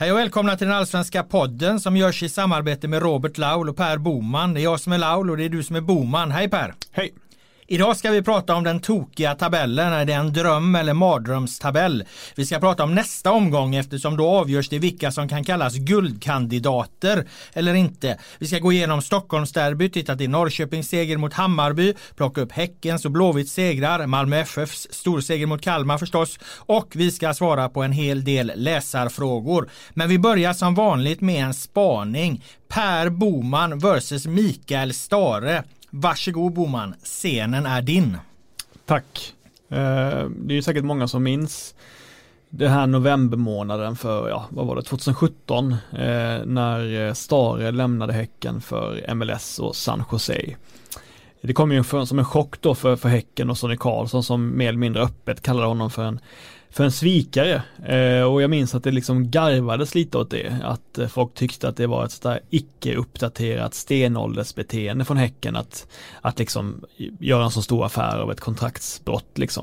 Hej och välkomna till den allsvenska podden som görs i samarbete med Robert Laul och Per Boman. Det är jag som är Laul och det är du som är Boman. Hej Per! Hej! Idag ska vi prata om den tokiga tabellen. Är det en dröm- eller mardrömstabell? Vi ska prata om nästa omgång eftersom då avgörs det vilka som kan kallas guldkandidater eller inte. Vi ska gå igenom Stockholmsderby, titta till Norrköpings seger mot Hammarby, plocka upp Häckens och Blåvitts segrar, Malmö FFs storseger mot Kalmar förstås, och vi ska svara på en hel del läsarfrågor. Men vi börjar som vanligt med en spaning. Per Boman versus Mikael Stare. Varsågod Boman, scenen är din. Tack. Det är ju säkert många som minns det här novembermånaden för, vad var det, 2017 när Stare lämnade Häcken för MLS och San Jose. Det kom ju som en chock då för Häcken och Sonny Karlsson som mer eller mindre öppet kallade honom för en svikare, och jag minns att det liksom garvades lite åt det, att folk tyckte att det var ett sådär icke-uppdaterat stenåldersbeteende från Häcken att liksom göra en så stor affär av ett kontraktsbrott liksom,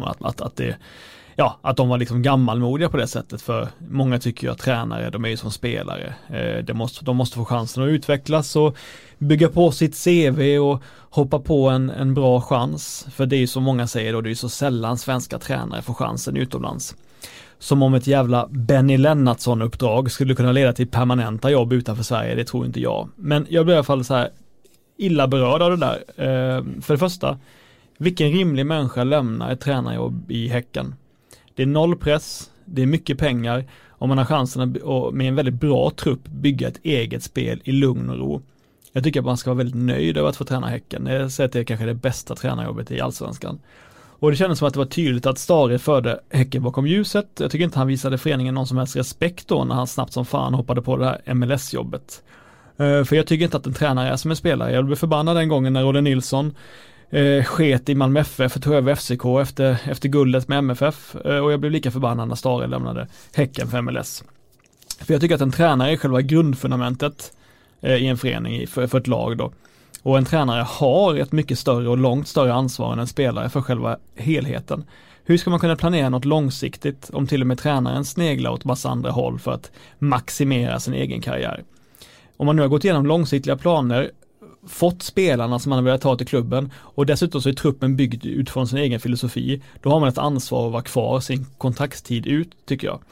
att de var liksom gammalmodiga på det sättet, för många tycker ju att tränare, de är ju som spelare, de måste få chansen att utvecklas och bygga på sitt CV och hoppa på en bra chans, för det är ju som många säger då, det är ju så sällan svenska tränare får chansen utomlands. Som om ett jävla Benny Lennartsson-uppdrag skulle kunna leda till permanenta jobb utanför Sverige, det tror inte jag. Men jag blir i alla fall så här illa berörd av det där. För det första, vilken rimlig människa lämnar ett tränarjobb i Häcken? Det är noll press, det är mycket pengar, och man har chansen att med en väldigt bra trupp bygga ett eget spel i lugn och ro. Jag tycker att man ska vara väldigt nöjd över att få träna Häcken. Jag säger att det är kanske det bästa tränarjobbet i allsvenskan. Och det kändes som att det var tydligt att Stare förde Häcken bakom ljuset. Jag tycker inte han visade föreningen någon som helst respekt då när han snabbt som fan hoppade på det här MLS-jobbet. För jag tycker inte att en tränare är som en spelare. Jag blev förbannad den gången när Rolle Nilsson sket i Malmö FF och tog över FCK efter guldet med MFF, och jag blev lika förbannad när Stare lämnade Häcken för MLS. För jag tycker att en tränare är själva grundfundamentet i en förening för ett lag då. Och en tränare har ett mycket större och långt större ansvar än en spelare för själva helheten. Hur ska man kunna planera något långsiktigt om till och med tränaren sneglar åt massa andra håll för att maximera sin egen karriär? Om man nu har gått igenom långsiktiga planer, fått spelarna som man vill ta till klubben, och dessutom så är truppen byggd utifrån sin egen filosofi, då har man ett ansvar att vara kvar sin kontraktstid ut, tycker jag.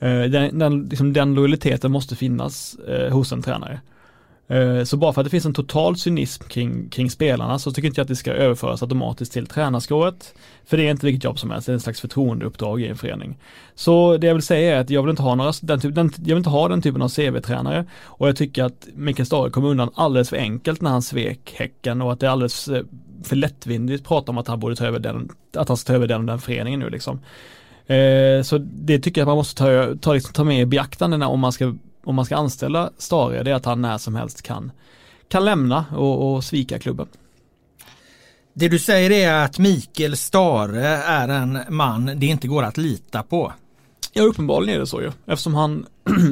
Den lojaliteten måste finnas hos en tränare. Så bara för att det finns en total cynism kring spelarna, så tycker inte jag att det ska överföras automatiskt till tränarskåret, för det är inte vilket jobb som helst, det är en slags förtroendeuppdrag i en förening. Så det jag vill säga är att jag vill inte ha den typen av CV-tränare, och jag tycker att Mikael Stare kom undan alldeles för enkelt när han svek Häcken, och att det är alldeles för lättvindigt prata om att han borde ta över den föreningen nu liksom. Så det tycker jag att man måste ta med i beaktande om man ska anställa Stare, det är att han när som helst kan lämna och svika klubben. Det du säger är att Mikael Stare är en man det inte går att lita på. Ja, uppenbarligen är det så ju. Eftersom han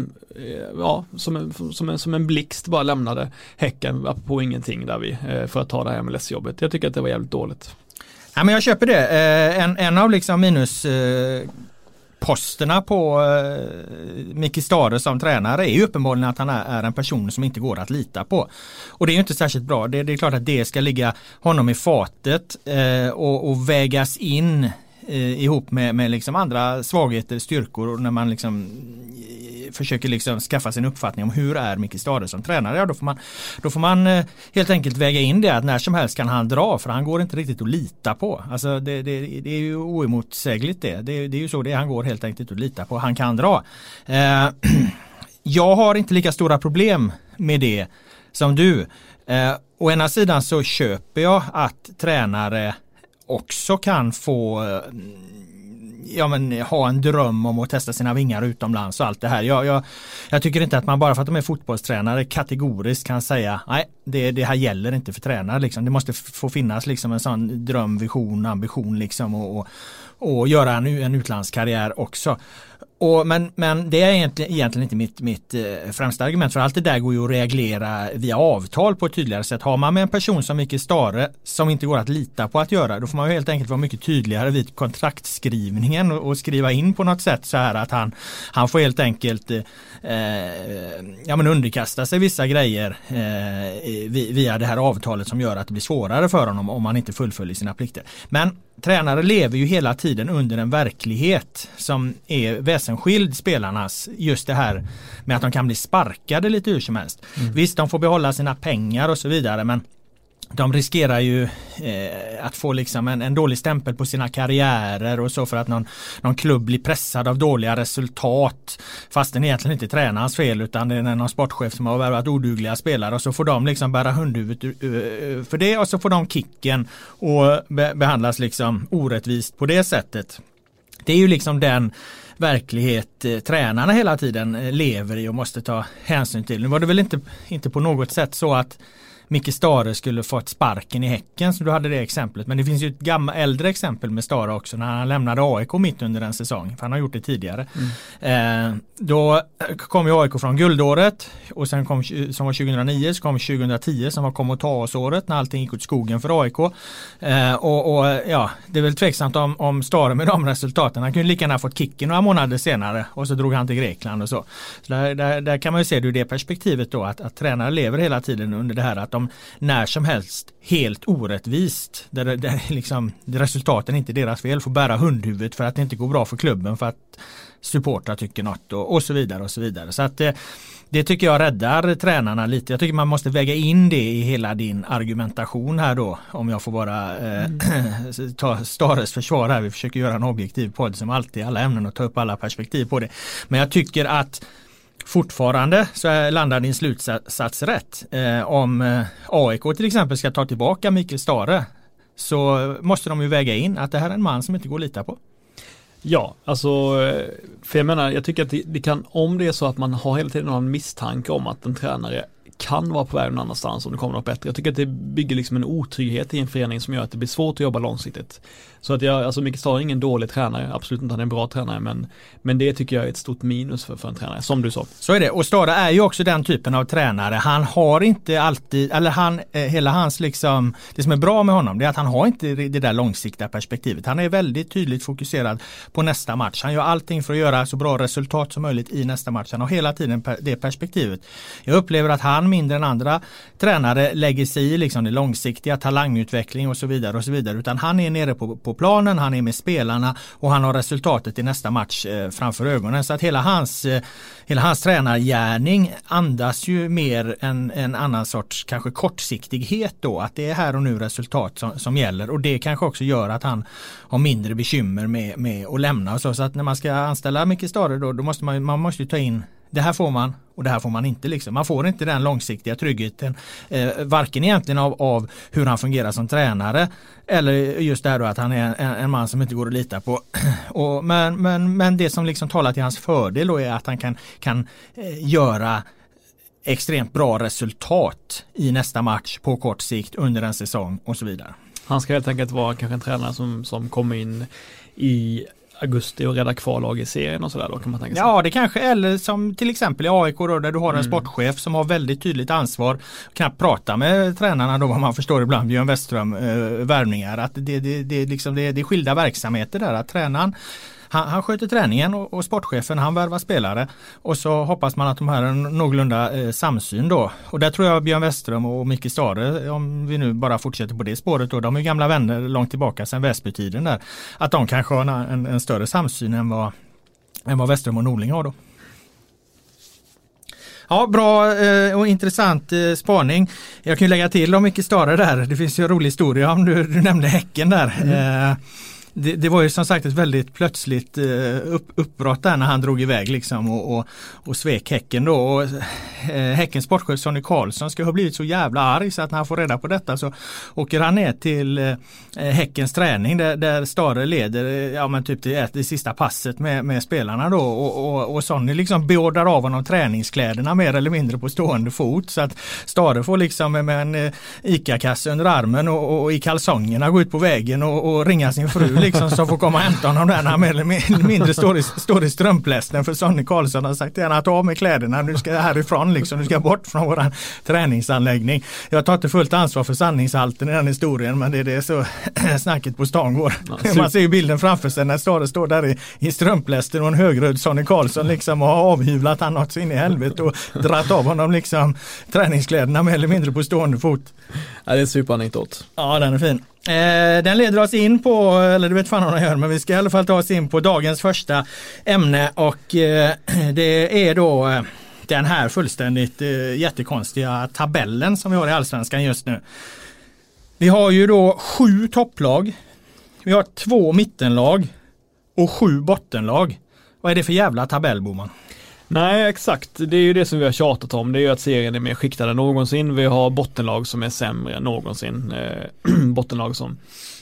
som en blixt bara lämnade Häcken på ingenting för att ta det här MLS-jobbet. Jag tycker att det var jävligt dåligt. Ja, men jag köper det. En av liksom posterna på Mikael Stare som tränare är ju uppenbarligen att han är en person som inte går att lita på. Och det är ju inte särskilt bra. Det är klart att det ska ligga honom i fatet och vägas in ihop med liksom andra svagheter, styrkor, och när man liksom försöker liksom skaffa sin uppfattning om hur är Mikael Stare som tränare, då får man helt enkelt väga in det att när som helst kan han dra, för han går inte riktigt att lita på. Alltså det är ju oemotsägligt det är ju så det han går helt enkelt att lita på. Han kan dra. Jag har inte lika stora problem med det som du. Å ena sidan så köper jag att tränare också kan få ha en dröm om att testa sina vingar utomlands och allt det här. Jag tycker inte att man bara för att de är fotbollstränare kategoriskt kan säga nej, det här gäller inte för tränare liksom. Det måste få finnas liksom en sån dröm, vision, ambition liksom och göra en utlandskarriär också. Men det är egentligen inte mitt främsta argument, för allt det där går ju att reglera via avtal på ett tydligare sätt. Har man med en person som Micke Stare som inte går att lita på att göra, då får man ju helt enkelt vara mycket tydligare vid kontraktskrivningen och skriva in på något sätt så här att han får helt enkelt underkasta sig vissa grejer via det här avtalet som gör att det blir svårare för honom om man inte fullföljer sina plikter. Men tränare lever ju hela tiden under en verklighet som är väsensskild spelarnas, just det här med att de kan bli sparkade lite hur som helst. Visst, de får behålla sina pengar och så vidare, men de riskerar ju att få liksom en dålig stämpel på sina karriärer och så, för att någon klubb blir pressad av dåliga resultat, fast den egentligen inte är tränarens fel, utan det är någon sportchef som har värvat odugliga spelare, och så får de liksom bära hundhuvudet för det, och så får de kicken och behandlas liksom orättvist på det sättet. Det är ju liksom den verklighet tränarna hela tiden lever i och måste ta hänsyn till. Nu var det väl inte på något sätt så att Micke Stare skulle fått sparken i Häcken, så du hade det exemplet. Men det finns ju ett äldre exempel med Stare också, när han lämnade AIK mitt under en säsong. För han har gjort det tidigare. Då kom ju AIK från guldåret, och sen kom, som var 2009, så kom 2010 som var kom och ta oss året när allting gick åt skogen för AIK. Det är väl tveksamt om Stare med de resultaten. Han kunde lika gärna fått kicken några månader senare, och så drog han till Grekland och så. Så där kan man ju se det ur det perspektivet då, att tränare lever hela tiden under det här att de när som helst helt orättvist, där liksom resultaten inte är deras fel, får bära hundhuvudet för att det inte går bra för klubben, för att supportrar tycker något och så vidare och så vidare. Så att det tycker jag räddar tränarna lite. Jag tycker man måste väga in det i hela din argumentation här då, om jag får bara ta Stares försvar här. Vi försöker göra en objektiv podd som alltid i alla ämnen och ta upp alla perspektiv på det. Men jag tycker att fortfarande så landar din slutsats rätt. Om AIK till exempel ska ta tillbaka Micke Stare, så måste de ju väga in att det här är en man som inte går att lita på. Ja, alltså, för jag menar, jag tycker att det kan, om det är så att man har hela tiden en misstanke om att en tränare kan vara på väg någon annanstans om det kommer något bättre. Jag tycker att det bygger liksom en otrygghet i en förening som gör att det blir svårt att jobba långsiktigt. Så att Micke Stare är ingen dålig tränare, absolut inte, han är en bra tränare, men det tycker jag är ett stort minus för en tränare, som du sa. Så är det, och Stare är ju också den typen av tränare. Han har inte alltid, eller hela hans liksom, det som är bra med honom, det är att han har inte det där långsiktiga perspektivet. Han är väldigt tydligt fokuserad på nästa match. Han gör allting för att göra så bra resultat som möjligt i nästa match. Han har hela tiden det perspektivet. Jag upplever att han mindre än andra tränare lägger sig i liksom det långsiktiga, talangutveckling och så vidare, utan han är nere på planen, han är med spelarna och han har resultatet i nästa match framför ögonen. Så att hela hans tränargärning andas ju mer en annan sorts kanske kortsiktighet då, att det är här och nu resultat som gäller, och det kanske också gör att han har mindre bekymmer med att lämna och så att när man ska anställa Micke Stare då måste man måste ju ta in det här får man och det här får man inte liksom. Man får inte den långsiktiga tryggheten varken egentligen av hur han fungerar som tränare eller just det här då att han är en man som inte går att lita på. Men det som liksom talar till hans fördel då är att han kan göra extremt bra resultat i nästa match på kort sikt under en säsong och så vidare. Han ska helt enkelt vara kanske en tränare som kommer in i augusti och rädda kvallag i serien och sådär då, kan man tänka sig. Ja, det kanske, eller som till exempel i AIK då, där du har en sportchef som har väldigt tydligt ansvar, knappt prata med tränarna då, vad man förstår ibland, Björn Westström värvningar, att det är skilda verksamheter där, att tränaren han sköter träningen och sportchefen han värvar spelare och så hoppas man att de här är någorlunda samsyn då. Och där tror jag Björn Westström och Micke Stare, om vi nu bara fortsätter på det spåret då, de är gamla vänner långt tillbaka sedan Väsbytiden där, att de kanske har en större samsyn än vad Westström och Norling har då. Ja, bra och intressant spaning. Jag kan ju lägga till om Micke Stare där. Det finns ju en rolig historia om du nämnde Häcken där. Det var ju som sagt ett väldigt plötsligt uppbrott där när han drog iväg liksom och svek Häcken då. Och Häckens sportchef Sonny Karlsson ska ha blivit så jävla arg så att när han får reda på detta så åker han ner till Häckens träning där Stare leder typ det sista passet med spelarna då och Sonny liksom beordrar av honom träningskläderna mer eller mindre på stående fot så att Stare får liksom med en ICA-kasse under armen och i kalsongerna gå ut på vägen och ringa sin fru liksom som får komma och hämta honom där när han mer eller mindre står i strumplästen, för Sonny Karlsson har sagt till henne att ta av med kläderna, nu ska jag härifrån liksom, du ska bort från våran träningsanläggning. Jag tar inte fullt ansvar för sanningshalten i den historien, men det är det så snacket på stan går. Ja, man ser ju bilden framför sig när Stare står där i strumplästen och en högröd Sonny Karlsson liksom har avhyvlat han något så in i helvete och dratt av honom liksom träningskläderna mer eller mindre på stående fot. Ja, det är superanekdot. Ja, den är fin. Den leder oss in på, eller du vet fan vad den gör, men vi ska i alla fall ta oss in på dagens första ämne, och det är då den här fullständigt jättekonstiga tabellen som vi har i Allsvenskan just nu. Vi har ju då 7 topplag, vi har 2 mittenlag och 7 bottenlag. Vad är det för jävla tabell, Boman? Nej, exakt. Det är ju det som vi har tjatat om. Det är ju att serien är mer skiktad än någonsin. Vi har bottenlag som är sämre än någonsin. Bottenlag som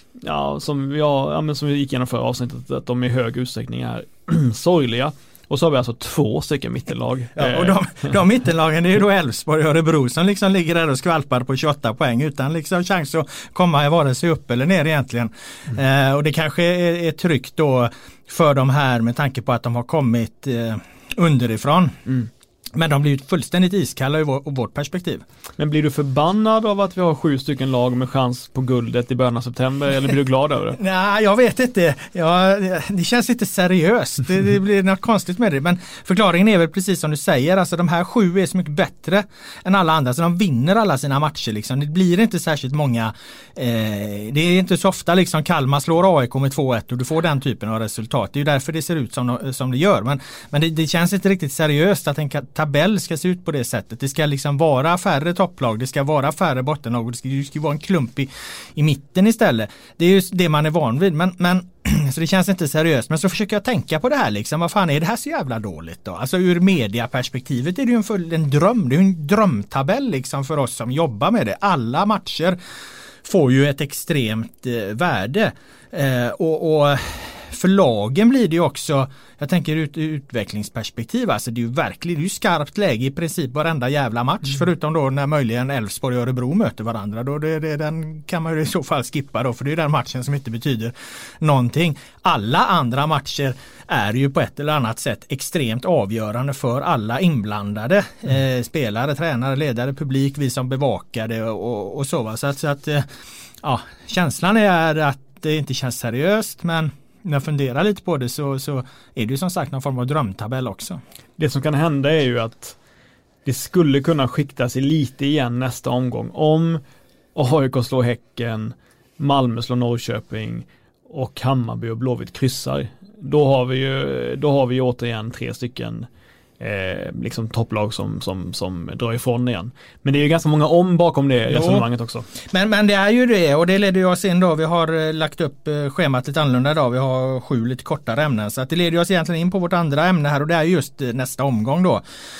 vi gick igenom förra avsnittet, att de i hög utsträckning är sorgliga. Och så har vi alltså 2 stycken mittenlag. Ja, och de mittenlagen, det är ju då Elfsborg och Örebro som liksom ligger där och skvalpar på 28 poäng utan liksom chans att komma vare sig upp eller ner egentligen. Och det kanske är tryggt då för de här med tanke på att de har kommit underifrån. Men de blir ju fullständigt iskalla i vårt perspektiv. Men blir du förbannad av att vi har 7 stycken lag med chans på guldet i början av september, eller blir du glad över det? Nej, jag vet inte. Det känns inte seriöst. Det blir något konstigt med det. Men förklaringen är väl precis som du säger. Alltså de här 7 är så mycket bättre än alla andra. Så de vinner alla sina matcher. Liksom. Det blir inte särskilt många. Det är inte så ofta liksom Kalmar slår AIK med 2-1 och du får den typen av resultat. Det är ju därför det ser ut som det gör. Men det känns inte riktigt seriöst att en tabell ska se ut på det sättet. Det ska liksom vara färre topplag, det ska vara färre bottenlag och det ska vara en klump i mitten istället. Det är ju det man är van vid, men så det känns inte seriöst. Men så försöker jag tänka på det här liksom, vad fan är det här så jävla dåligt då? Alltså ur mediaperspektivet är det ju en dröm, det är ju en drömtabell liksom för oss som jobbar med det. Alla matcher får ju ett extremt värde och för lagen blir det ju också, jag tänker utvecklingsperspektiv, alltså det är ju skarpt läge i princip varenda jävla match, förutom då när möjligen Elfsborg och Örebro möter varandra, då den kan man ju i så fall skippa då, för det är den matchen som inte betyder någonting. Alla andra matcher är ju på ett eller annat sätt extremt avgörande för alla inblandade spelare, tränare, ledare, publik, vi som bevakar det och så va. Så att ja, känslan är att det inte känns seriöst, men när jag funderar lite på det så är det ju som sagt någon form av drömtabell också. Det som kan hända är ju att det skulle kunna skiktas lite igen nästa omgång. Om AIK slår Häcken, Malmö slår Norrköping och Hammarby och Blåvitt kryssar. Då har vi återigen 3 stycken liksom topplag som drar ifrån igen. Men det är ju ganska många bakom det resonemanget också. Men det är ju det, och det leder ju oss in då. Vi har lagt upp schemat lite annorlunda idag. Vi har 7 lite kortare ämnen, så att det leder oss egentligen in på vårt andra ämne här, och det är just nästa omgång då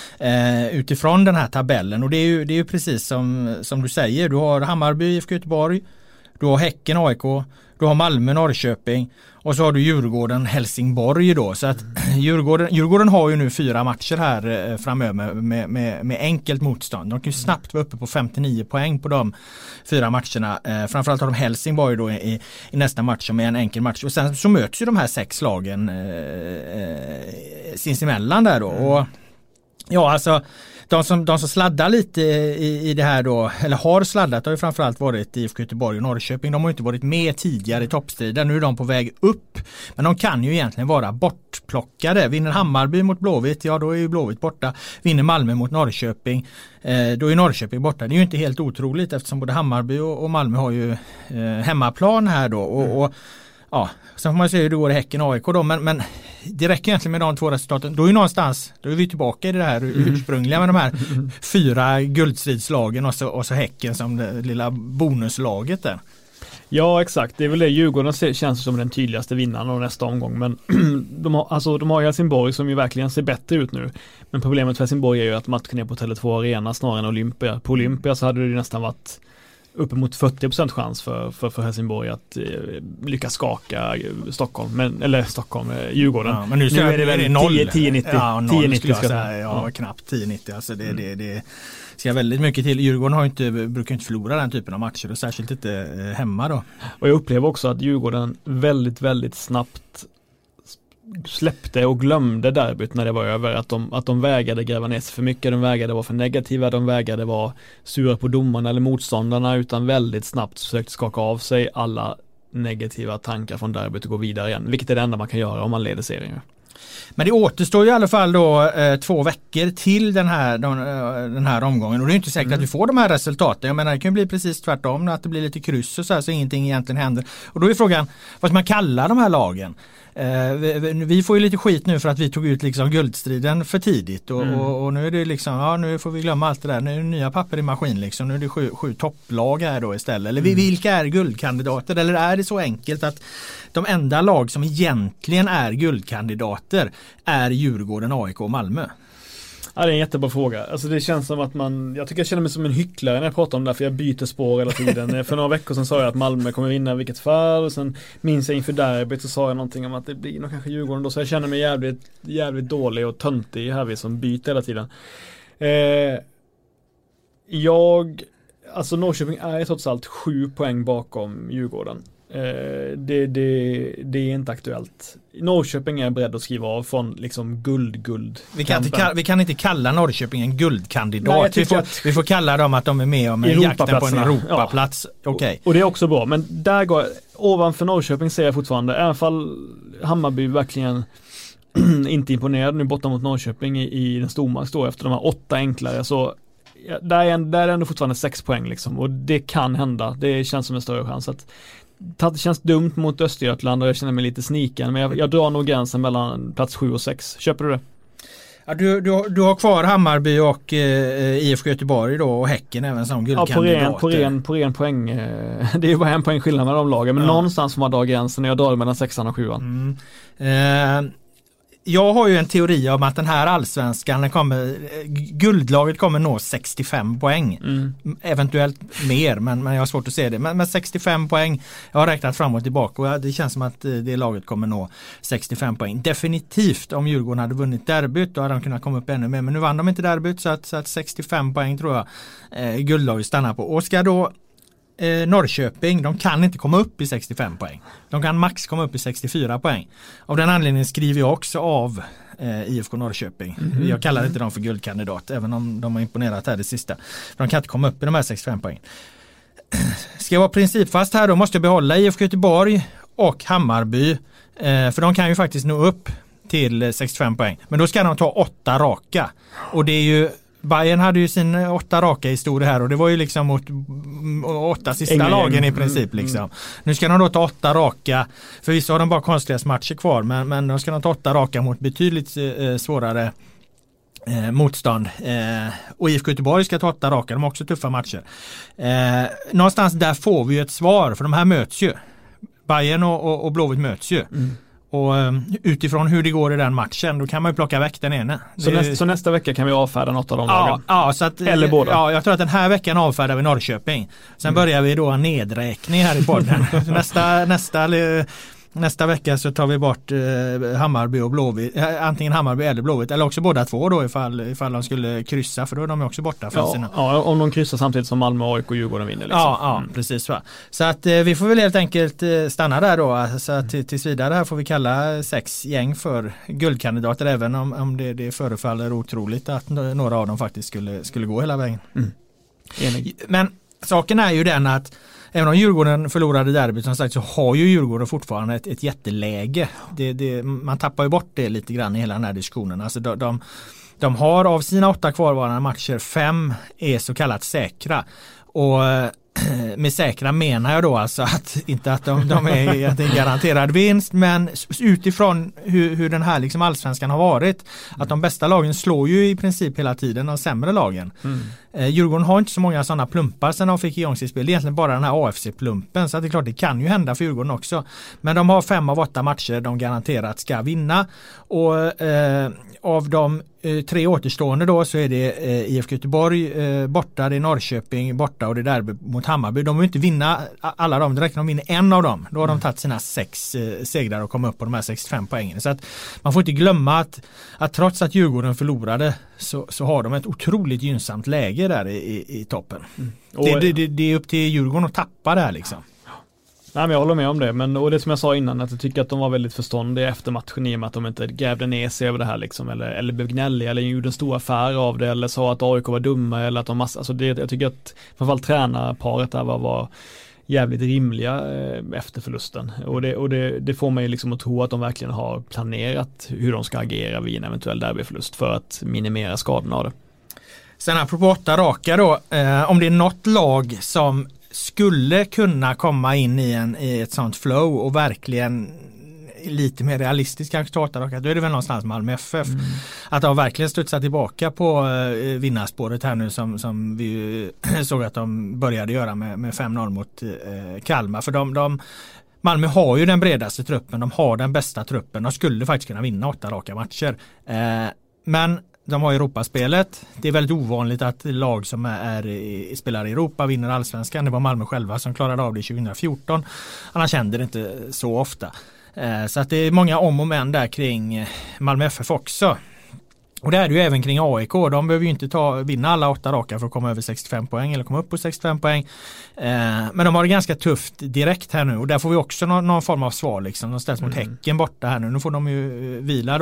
utifrån den här tabellen. Och det är ju precis som du säger. Du har Hammarby, IFK Göteborg, du har Häcken, AIK, du har Malmö, Norrköping och så har du Djurgården, Helsingborg då. Så att Djurgården har ju nu 4 matcher här framöver med enkelt motstånd. De kan ju snabbt vara uppe på 59 poäng på de 4 matcherna. Framförallt har de Helsingborg då i nästa match som är en enkel match. Och sen så möts ju de här 6 lagen sinsemellan där då. Och ja, alltså de som sladdar lite i det här då, eller har sladdat, har ju framförallt varit IFK Göteborg och Norrköping. De har ju inte varit med tidigare i toppstriden. Nu är de på väg upp. Men de kan ju egentligen vara bortplockade. Vinner Hammarby mot Blåvitt, ja då är ju Blåvitt borta. Vinner Malmö mot Norrköping, då är Norrköping borta. Det är ju inte helt otroligt eftersom både Hammarby och Malmö har ju hemmaplan här då. Och ja, sen får man se hur det går i Häcken och AIK då, men det räcker egentligen med de 2 resultaten. Då är vi tillbaka i det här ursprungliga med de här 4 guldstridslagen och så Häcken som det lilla bonuslaget där. Ja, exakt. Det är väl det. Djurgården känns som den tydligaste vinnaren av nästa omgång, men de har Helsingborg som ju verkligen ser bättre ut nu. Men problemet för Helsingborg är ju att matchen är på Tele2 Arena snarare än Olympia. På Olympia så hade det ju nästan varit uppemot 40% chans för Helsingborg att lyckas skaka Djurgården. Ja, men nu är det väl 10-90. Ja, 10-90 ja, knappt 10-90. Alltså det ska väldigt mycket till. Djurgården brukar inte förlora den typen av matcher och särskilt inte hemma då. Och jag upplever också att Djurgården väldigt, väldigt snabbt släppte och glömde derbyt när det var över, att de vägade gräva ner sig för mycket, de vägade vara för negativa, de vägade vara sura på domarna eller motståndarna, utan väldigt snabbt försökte skaka av sig alla negativa tankar från derbyt och gå vidare igen, vilket är det enda man kan göra om man leder serien. Men det återstår ju i alla fall då 2 veckor till den här omgången och det är inte säkert att vi får de här resultaten. Jag menar det kan bli precis tvärtom, att det blir lite kryss och så ingenting egentligen händer. Och då är frågan, vad ska man kalla de här lagen? Vi får ju lite skit nu för att vi tog ut liksom guldstriden för tidigt och nu är det liksom, nu får vi glömma allt det där, nu är det nya papper i maskin liksom, nu är det 7 topplag här då istället. Eller vilka är guldkandidater? Eller är det så enkelt att de enda lag som egentligen är guldkandidater är Djurgården, AIK och Malmö? Ja, det är en jättebra fråga. Alltså det känns som att jag tycker jag känner mig som en hycklare när jag pratar om det, för jag byter spår hela tiden. För några veckor sedan sa jag att Malmö kommer vinna i vilket fall, och sen minns jag inför derbyt så sa jag någonting om att det blir nog kanske Djurgården då, så jag känner mig jävligt dålig och töntig här, vi som byter hela tiden. Alltså Norrköping är trots allt 7 poäng bakom Djurgården. Det är inte aktuellt. Norrköping är beredd att skriva av från liksom guld. Vi kan inte kalla Norrköping en guldkandidat. Nej, vi får kalla dem att de är med om en jakten på en Europaplats. Ja. Okay. Och det är också bra, men där går ovanför Norrköping ser jag fortfarande, även fall Hammarby verkligen inte imponerad nu borta mot Norrköping i den stormark då efter de här 8 enklare, så där är ändå fortfarande 6 poäng liksom, och det kan hända. Det känns som en större chans att det känns dumt mot Östergötland och jag känner mig lite sniken, men jag drar nog gränsen mellan plats 7 och 6. Köper du det? Ja, du har kvar Hammarby och IFK Göteborg då, och Häcken även som guldkandidater. Ja, på ren poäng. Det är ju bara en poäng skillnad mellan de lagen, men någonstans får man dra gränsen och jag drar mellan 6an och 7an. Jag har ju en teori om att den här allsvenskan guldlaget kommer nå 65 poäng. Eventuellt mer, men jag har svårt att se det. Men 65 poäng, jag har räknat fram och tillbaka och det känns som att det laget kommer nå 65 poäng. Definitivt, om Djurgården hade vunnit derbyt då hade de kunnat komma upp ännu mer. Men nu vann de inte derbyt, så att 65 poäng tror jag guldlaget stannar på. Och ska då Norrköping, de kan inte komma upp i 65 poäng. De kan max komma upp i 64 poäng. Av den anledningen skriver jag också av IFK Norrköping. Jag kallar inte dem för guldkandidat, även om de har imponerat här det sista. De kan inte komma upp i de här 65 poäng. Ska jag vara principfast här då måste jag behålla IFK Göteborg och Hammarby. För de kan ju faktiskt nå upp till 65 poäng. Men då ska de ta 8 raka. Och det är ju Bayern hade ju sin 8 raka historia här och det var ju liksom mot 8 sista lagen i princip liksom. Nu ska de då ta 8 raka, för vissa har de bara konstgräsmatcher kvar, men de ska de ta 8 raka mot betydligt svårare motstånd. Och IFK Göteborg ska ta 8 raka, de har också tuffa matcher. Någonstans där får vi ju ett svar, för de här möts ju. Bayern och Blåvitt möts ju. Och utifrån hur det går i den matchen, då kan man ju plocka väck den ene. Så nästa vecka kan vi avfärda något av de lagen? Ja, så att, eller båda? Ja, jag tror att den här veckan avfärdar vi Norrköping. Sen börjar vi då en nedräkning här i podden. Nästa vecka så tar vi bort Hammarby och Blåvitt. Antingen Hammarby eller Blåvitt, eller också båda två då ifall de skulle kryssa, för då är de också borta. Ja, om de kryssar samtidigt som Malmö, AIK och Djurgården vinner. Liksom. Ja, precis. Va? Så att vi får väl helt enkelt stanna där då. Så att tills vidare här får vi kalla 6 gäng för guldkandidater, även om det förefaller otroligt att några av dem faktiskt skulle gå hela vägen. Men saken är ju den att även om Djurgården förlorade derbyt som sagt, så har ju Djurgården fortfarande ett jätteläge. Man tappar ju bort det lite grann i hela den här diskussionen. Alltså de har av sina 8 kvarvarande matcher 5 är så kallat säkra. Och med säkra menar jag då alltså att inte att de är att det är en garanterad vinst, men utifrån hur den här liksom allsvenskan har varit, att de bästa lagen slår ju i princip hela tiden de sämre lagen. Djurgården har inte så många sådana plumpar sen de fick igång sitt spel. Det är egentligen bara den här AFC-plumpen, så att det är klart det kan ju hända för Djurgården också. Men de har 5 av 8 matcher de garanterat ska vinna, och av de 3 återstående då så är det IFK Göteborg borta, det är Norrköping borta och det är derby mot Hammarby. De vill inte vinna alla dem, direkt de vinner en av dem. Då har de tagit sina 6 segrar och kommit upp på de här 65 poängen. Så att man får inte glömma att trots att Djurgården förlorade så har de ett otroligt gynnsamt läge där i toppen. Det är upp till Djurgården att tappa det här liksom. Nej, men jag håller med om det, och det som jag sa innan, att jag tycker att de var väldigt förståndiga efter matchen i och med att de inte grävde ner sig över det här liksom, eller blev gnälliga eller gjorde en stor affär av det, eller sa att AIK var dumma, eller att jag tycker att framförallt tränarparet där var jävligt rimliga efter förlusten, och det får mig liksom att tro att de verkligen har planerat hur de ska agera vid en eventuell derbyförlust för att minimera skadorna av det. Sen apropå 8 raka då, om det är något lag som skulle kunna komma in i ett sånt flow och verkligen lite mer realistiskt kanske ta 8 raka, då är det väl någonstans Malmö FF. Att de verkligen studsat tillbaka på vinnarspåret här nu som vi såg att de började göra med 5-0 mot Kalmar. För Malmö har ju den bredaste truppen, de har den bästa truppen, de skulle faktiskt kunna vinna 8 raka matcher. Men de har Europaspelet. Det är väldigt ovanligt att lag som spelar i Europa vinner allsvenskan. Det var Malmö själva som klarade av det 2014. Annars händer det inte så ofta. Så att det är många om och men där kring Malmö FF också. Och det är det ju även kring AIK. De behöver ju inte vinna alla 8 raka för att komma över 65 poäng eller komma upp på 65 poäng. Men de har det ganska tufft direkt här nu. Och där får vi också någon form av svar. Liksom. De ställs mot Häcken borta här nu. Nu får de ju vila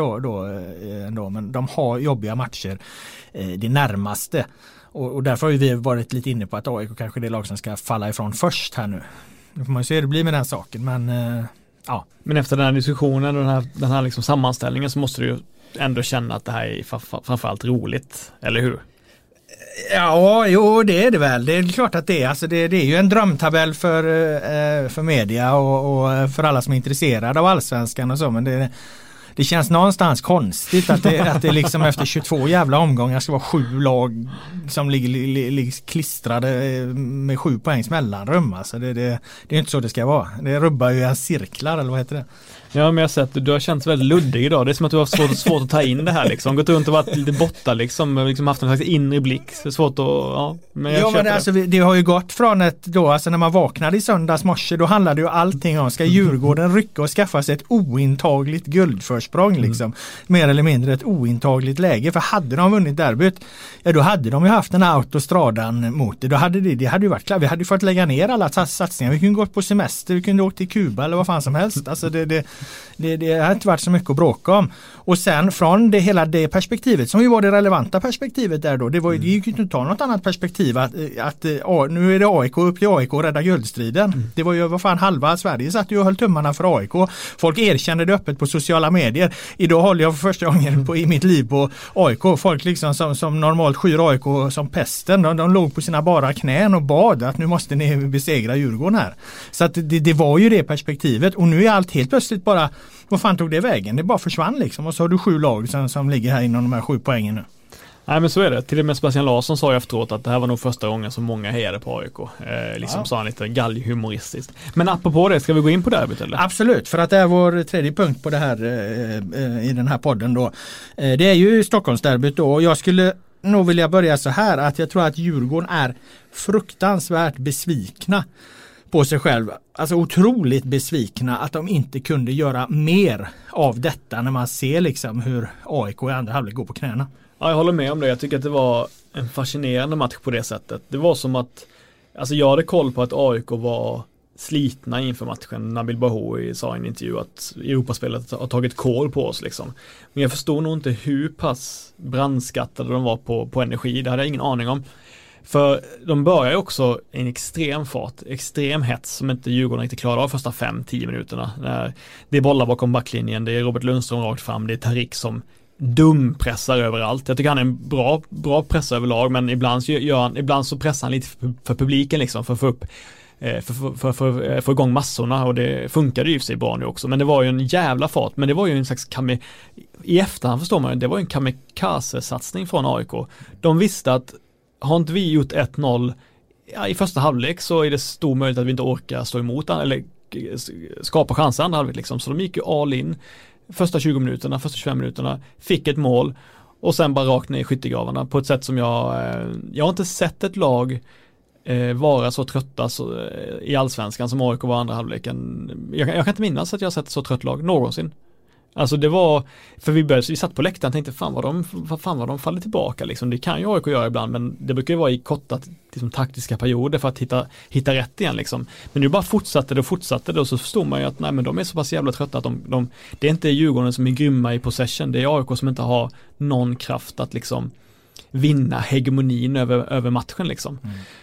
då. Men de har jobbiga matcher det närmaste. Och därför har ju vi varit lite inne på att AIK kanske är det lag som ska falla ifrån först här nu. Nu får man ju se hur det blir med den saken. Men ja. Men efter den här diskussionen och den här liksom sammanställningen så måste du ju ändå känna att det här är framförallt roligt, eller hur? Ja, jo, det är det väl. Det är klart att det är. Alltså det är ju en drömtabell för media och för alla som är intresserade av allsvenskan och så, men det känns någonstans konstigt att det liksom efter 22 jävla omgångar ska vara 7 lag som ligger klistrade med 7 poängs mellanrum. Alltså det är inte så det ska vara. Det rubbar ju en cirklar, eller vad heter det? Ja, men jag har sett du har känts väldigt luddig idag. Det är som att du har svårt att ta in det här liksom. Gått runt och varit lite borta liksom haft en slags inre blick. Det är svårt att, ja. Men det har ju gått från alltså när man vaknade i söndags morse, då handlade ju allting om, ska Djurgården rycka och skaffa sig ett ointagligt guldförsprång liksom. Mer eller mindre ett ointagligt läge. För hade de vunnit derbyt, ja då hade de ju haft den här autostradan mot det. Då hade det hade ju varit klart. Vi hade ju fått lägga ner alla satsningar. Vi kunde gått på semester, vi kunde åka till Kuba eller vad fan som helst. Alltså det har inte varit så mycket att bråka om. Och sen från hela det perspektivet som ju var det relevanta perspektivet där då, det gick ju inte att ta något annat perspektiv att nu är det AIK, upp till AIK och rädda guldstriden. Det var ju vad fan halva Sverige satt ju och höll tummarna för AIK. Folk erkände det öppet på sociala medier. Idag håller jag för första gången i mitt liv på AIK. Folk liksom som normalt skyr AIK som pesten. De låg på sina bara knän och bad att nu måste ni besegra Djurgården här. Så att det var ju det perspektivet, och nu är allt helt plötsligt bara, vad fan tog det vägen? Det bara försvann liksom, och så har du 7 lag som ligger här inom de här 7 poängen nu. Nej, men så är det. Till och med Sebastian Larsson sa ju efteråt att det här var nog första gången som många hejade på AIK. Sa han lite galghumoristiskt. Men apropå det, ska vi gå in på derbyt eller? Absolut, för att det är vår tredje punkt på det här i den här podden då. Det är ju Stockholmsderbyt då, och jag skulle nog vilja börja så här, att jag tror att Djurgården är fruktansvärt besvikna på sig själv. Alltså otroligt besvikna att de inte kunde göra mer av detta när man ser liksom hur AIK i andra halvlek går på knäna. Ja, jag håller med om det. Jag tycker att det var en fascinerande match på det sättet. Det var som att, alltså jag hade koll på att AIK var slitna inför matchen. Nabil Bahoui sa i en intervju att Europaspelet har tagit kål på oss liksom. Men jag förstod nog inte hur pass brandskattade de var på energi. Det hade jag ingen aning om. För de börjar ju också i en extrem fart, extrem hets som inte Djurgården riktigt klarar av första 5-10 minuterna. Det är bollar bakom backlinjen, det är Robert Lundström rakt fram, det är Tarik som dumpressar överallt. Jag tycker han är en bra pressare överlag, men ibland så pressar han lite för publiken liksom, för att få upp för att få igång massorna, och det funkade ju i sig bra nu också, men det var ju en jävla fart, men det var ju en slags i efterhand förstår man, det var ju en kamikaze-satsning från AIK. De visste att har inte vi gjort 1-0 i första halvlek så är det stor möjlighet att vi inte orkar stå emot eller skapa chanser andra halvlek liksom. Så de gick ju all in första 20 minuterna, första 25 minuterna, fick ett mål och sen bara rakt ner i skyttegravarna på ett sätt som jag har inte sett ett lag vara så trötta i allsvenskan som AIK var andra halvleken. Jag kan inte minnas att jag har sett ett så trött lag någonsin. Alltså det var, för vi satt på läktaren och tänkte fan vad de faller tillbaka liksom. Det kan ju AIK göra ibland, men det brukar ju vara i korta liksom, taktiska perioder för att hitta rätt igen liksom. Men nu bara fortsatte det och så förstod man ju att nej, men de är så pass jävla trötta att det är inte Djurgården som är grymma i possession, det är AIK som inte har någon kraft att liksom vinna hegemonin över matchen liksom.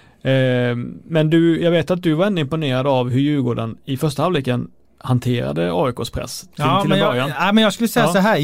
Men jag vet att du var ändå imponerad av hur Djurgården i första halvleken hanterade AIKs press till en början. Men jag skulle säga så här,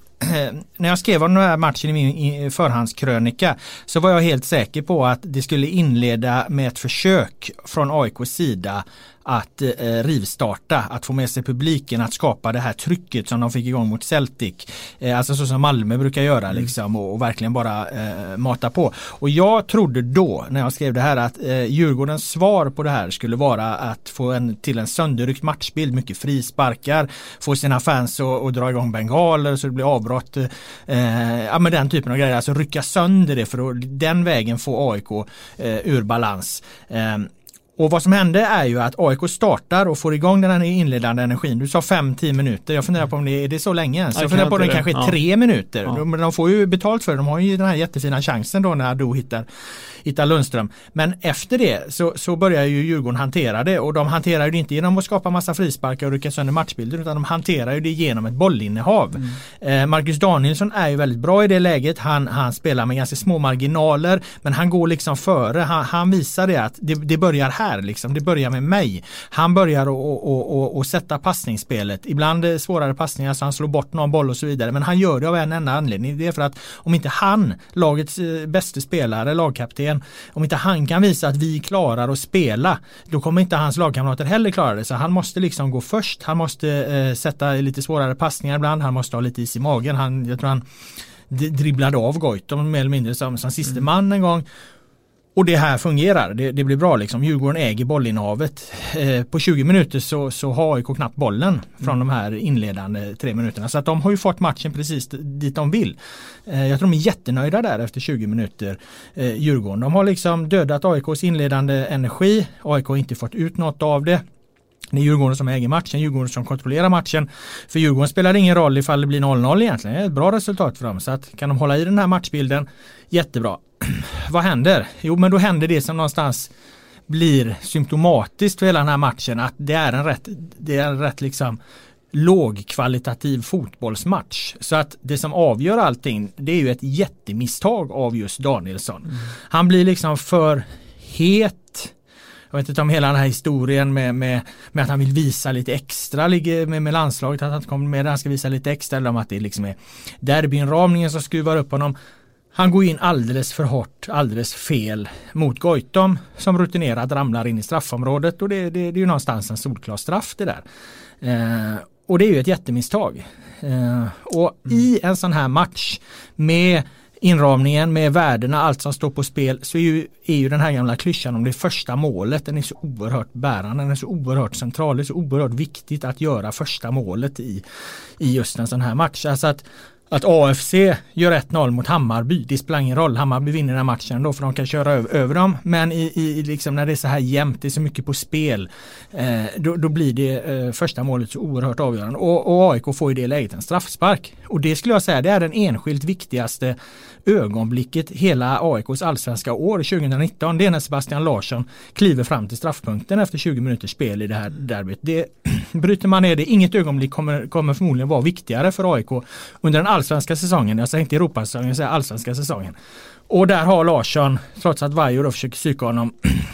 när jag skrev om den här matchen i min förhandskrönika så var jag helt säker på att det skulle inleda med ett försök från AIKs sida att rivstarta, att få med sig publiken, att skapa det här trycket som de fick igång mot Celtic. Alltså så som Malmö brukar göra liksom, och verkligen bara mata på. Och jag trodde då, när jag skrev det här, att Djurgårdens svar på det här skulle vara att få till en sönderryckt matchbild, mycket frisparkar, få sina fans att dra igång bengaler så det blir avbrott. Men den typen av grejer, alltså rycka sönder det för att den vägen få AIK ur balans. Och vad som hände är ju att AIK startar och får igång den här inledande energin. Du sa 5-10 minuter. Jag funderar på om det är så länge. Så jag funderar på om det kanske är 3 minuter. Ja. De får ju betalt för det. De har ju den här jättefina chansen då när Ado hittar Lundström. Men efter det så börjar ju Djurgården hantera det. Och de hanterar ju det inte genom att skapa massa frisparkar och rycka sönder matchbilder, utan de hanterar ju det genom ett bollinnehav. Marcus Danielsson är ju väldigt bra i det läget. Han spelar med ganska små marginaler, men han går liksom före. Han visar det att det börjar här. Liksom. Det börjar med mig. Han börjar att sätta passningsspelet. Ibland svårare passningar så han slår bort någon boll och så vidare. Men han gör det av en enda anledning. Det är för att om inte han, lagets bästa spelare, lagkapten, om inte han kan visa att vi klarar att spela, då kommer inte hans lagkamrater heller klara det. Så han måste liksom gå först. Han måste sätta lite svårare passningar ibland. Han måste ha lite is i magen. Jag tror han dribblade av Goitom mer eller mindre som sista man en gång. Och det här fungerar, det blir bra liksom. Djurgården äger bollinnehavet. På 20 minuter så har AIK knappt bollen från de här inledande 3 minuterna. Så att de har ju fått matchen precis dit de vill. Jag tror de är jättenöjda där efter 20 minuter, Djurgården. De har liksom dödat AIKs inledande energi. AIK har inte fått ut något av det. Det är Djurgården som äger matchen, Djurgården som kontrollerar matchen. För Djurgården spelar ingen roll ifall det blir 0-0 egentligen. Det är ett bra resultat för dem. Så att kan de hålla i den här matchbilden, jättebra. Vad händer? Jo, men då händer det som någonstans blir symptomatiskt för hela den här matchen. Att det är en rätt liksom lågkvalitativ fotbollsmatch. Så att det som avgör allting, det är ju ett jättemisstag av just Danielsson. Han blir liksom för het. Jag vet inte om hela den här historien med att han vill visa lite extra med landslaget, att han kommer med, han ska visa lite extra, eller om att det liksom är derbyinramningen som skruvar upp honom. Han går in alldeles för hårt, alldeles fel mot Goitom som rutinerat ramlar in i straffområdet, och det är ju någonstans en solklar straff det där. Och det är ju ett jättemisstag. Och i en sån här match med inramningen, med värdena, allt som står på spel, så är ju den här gamla klyschan om det första målet, den är så oerhört bärande, den är så oerhört central, det är så oerhört viktigt att göra första målet i just en sån här match. Alltså att AFC gör 1-0 mot Hammarby, det spelar ingen roll, Hammarby vinner den här matchen då, för de kan köra över dem, men i liksom när det är så här jämnt, det är så mycket på spel, då blir det första målet så oerhört avgörande, och AIK får i det läget en straffspark, och det skulle jag säga, det är den enskilt viktigaste ögonblicket hela AIKs allsvenska år 2019. Det är när Sebastian Larsson kliver fram till straffpunkten efter 20 minuters spel i det här derbyt. Det bryter man ner det, inget ögonblick kommer förmodligen vara viktigare för AIK under den allsvenska säsongen. Jag säger inte Europasäsongen, jag säger allsvenska säsongen. Och där har Larsson, trots att Vaiho försöker psyka honom,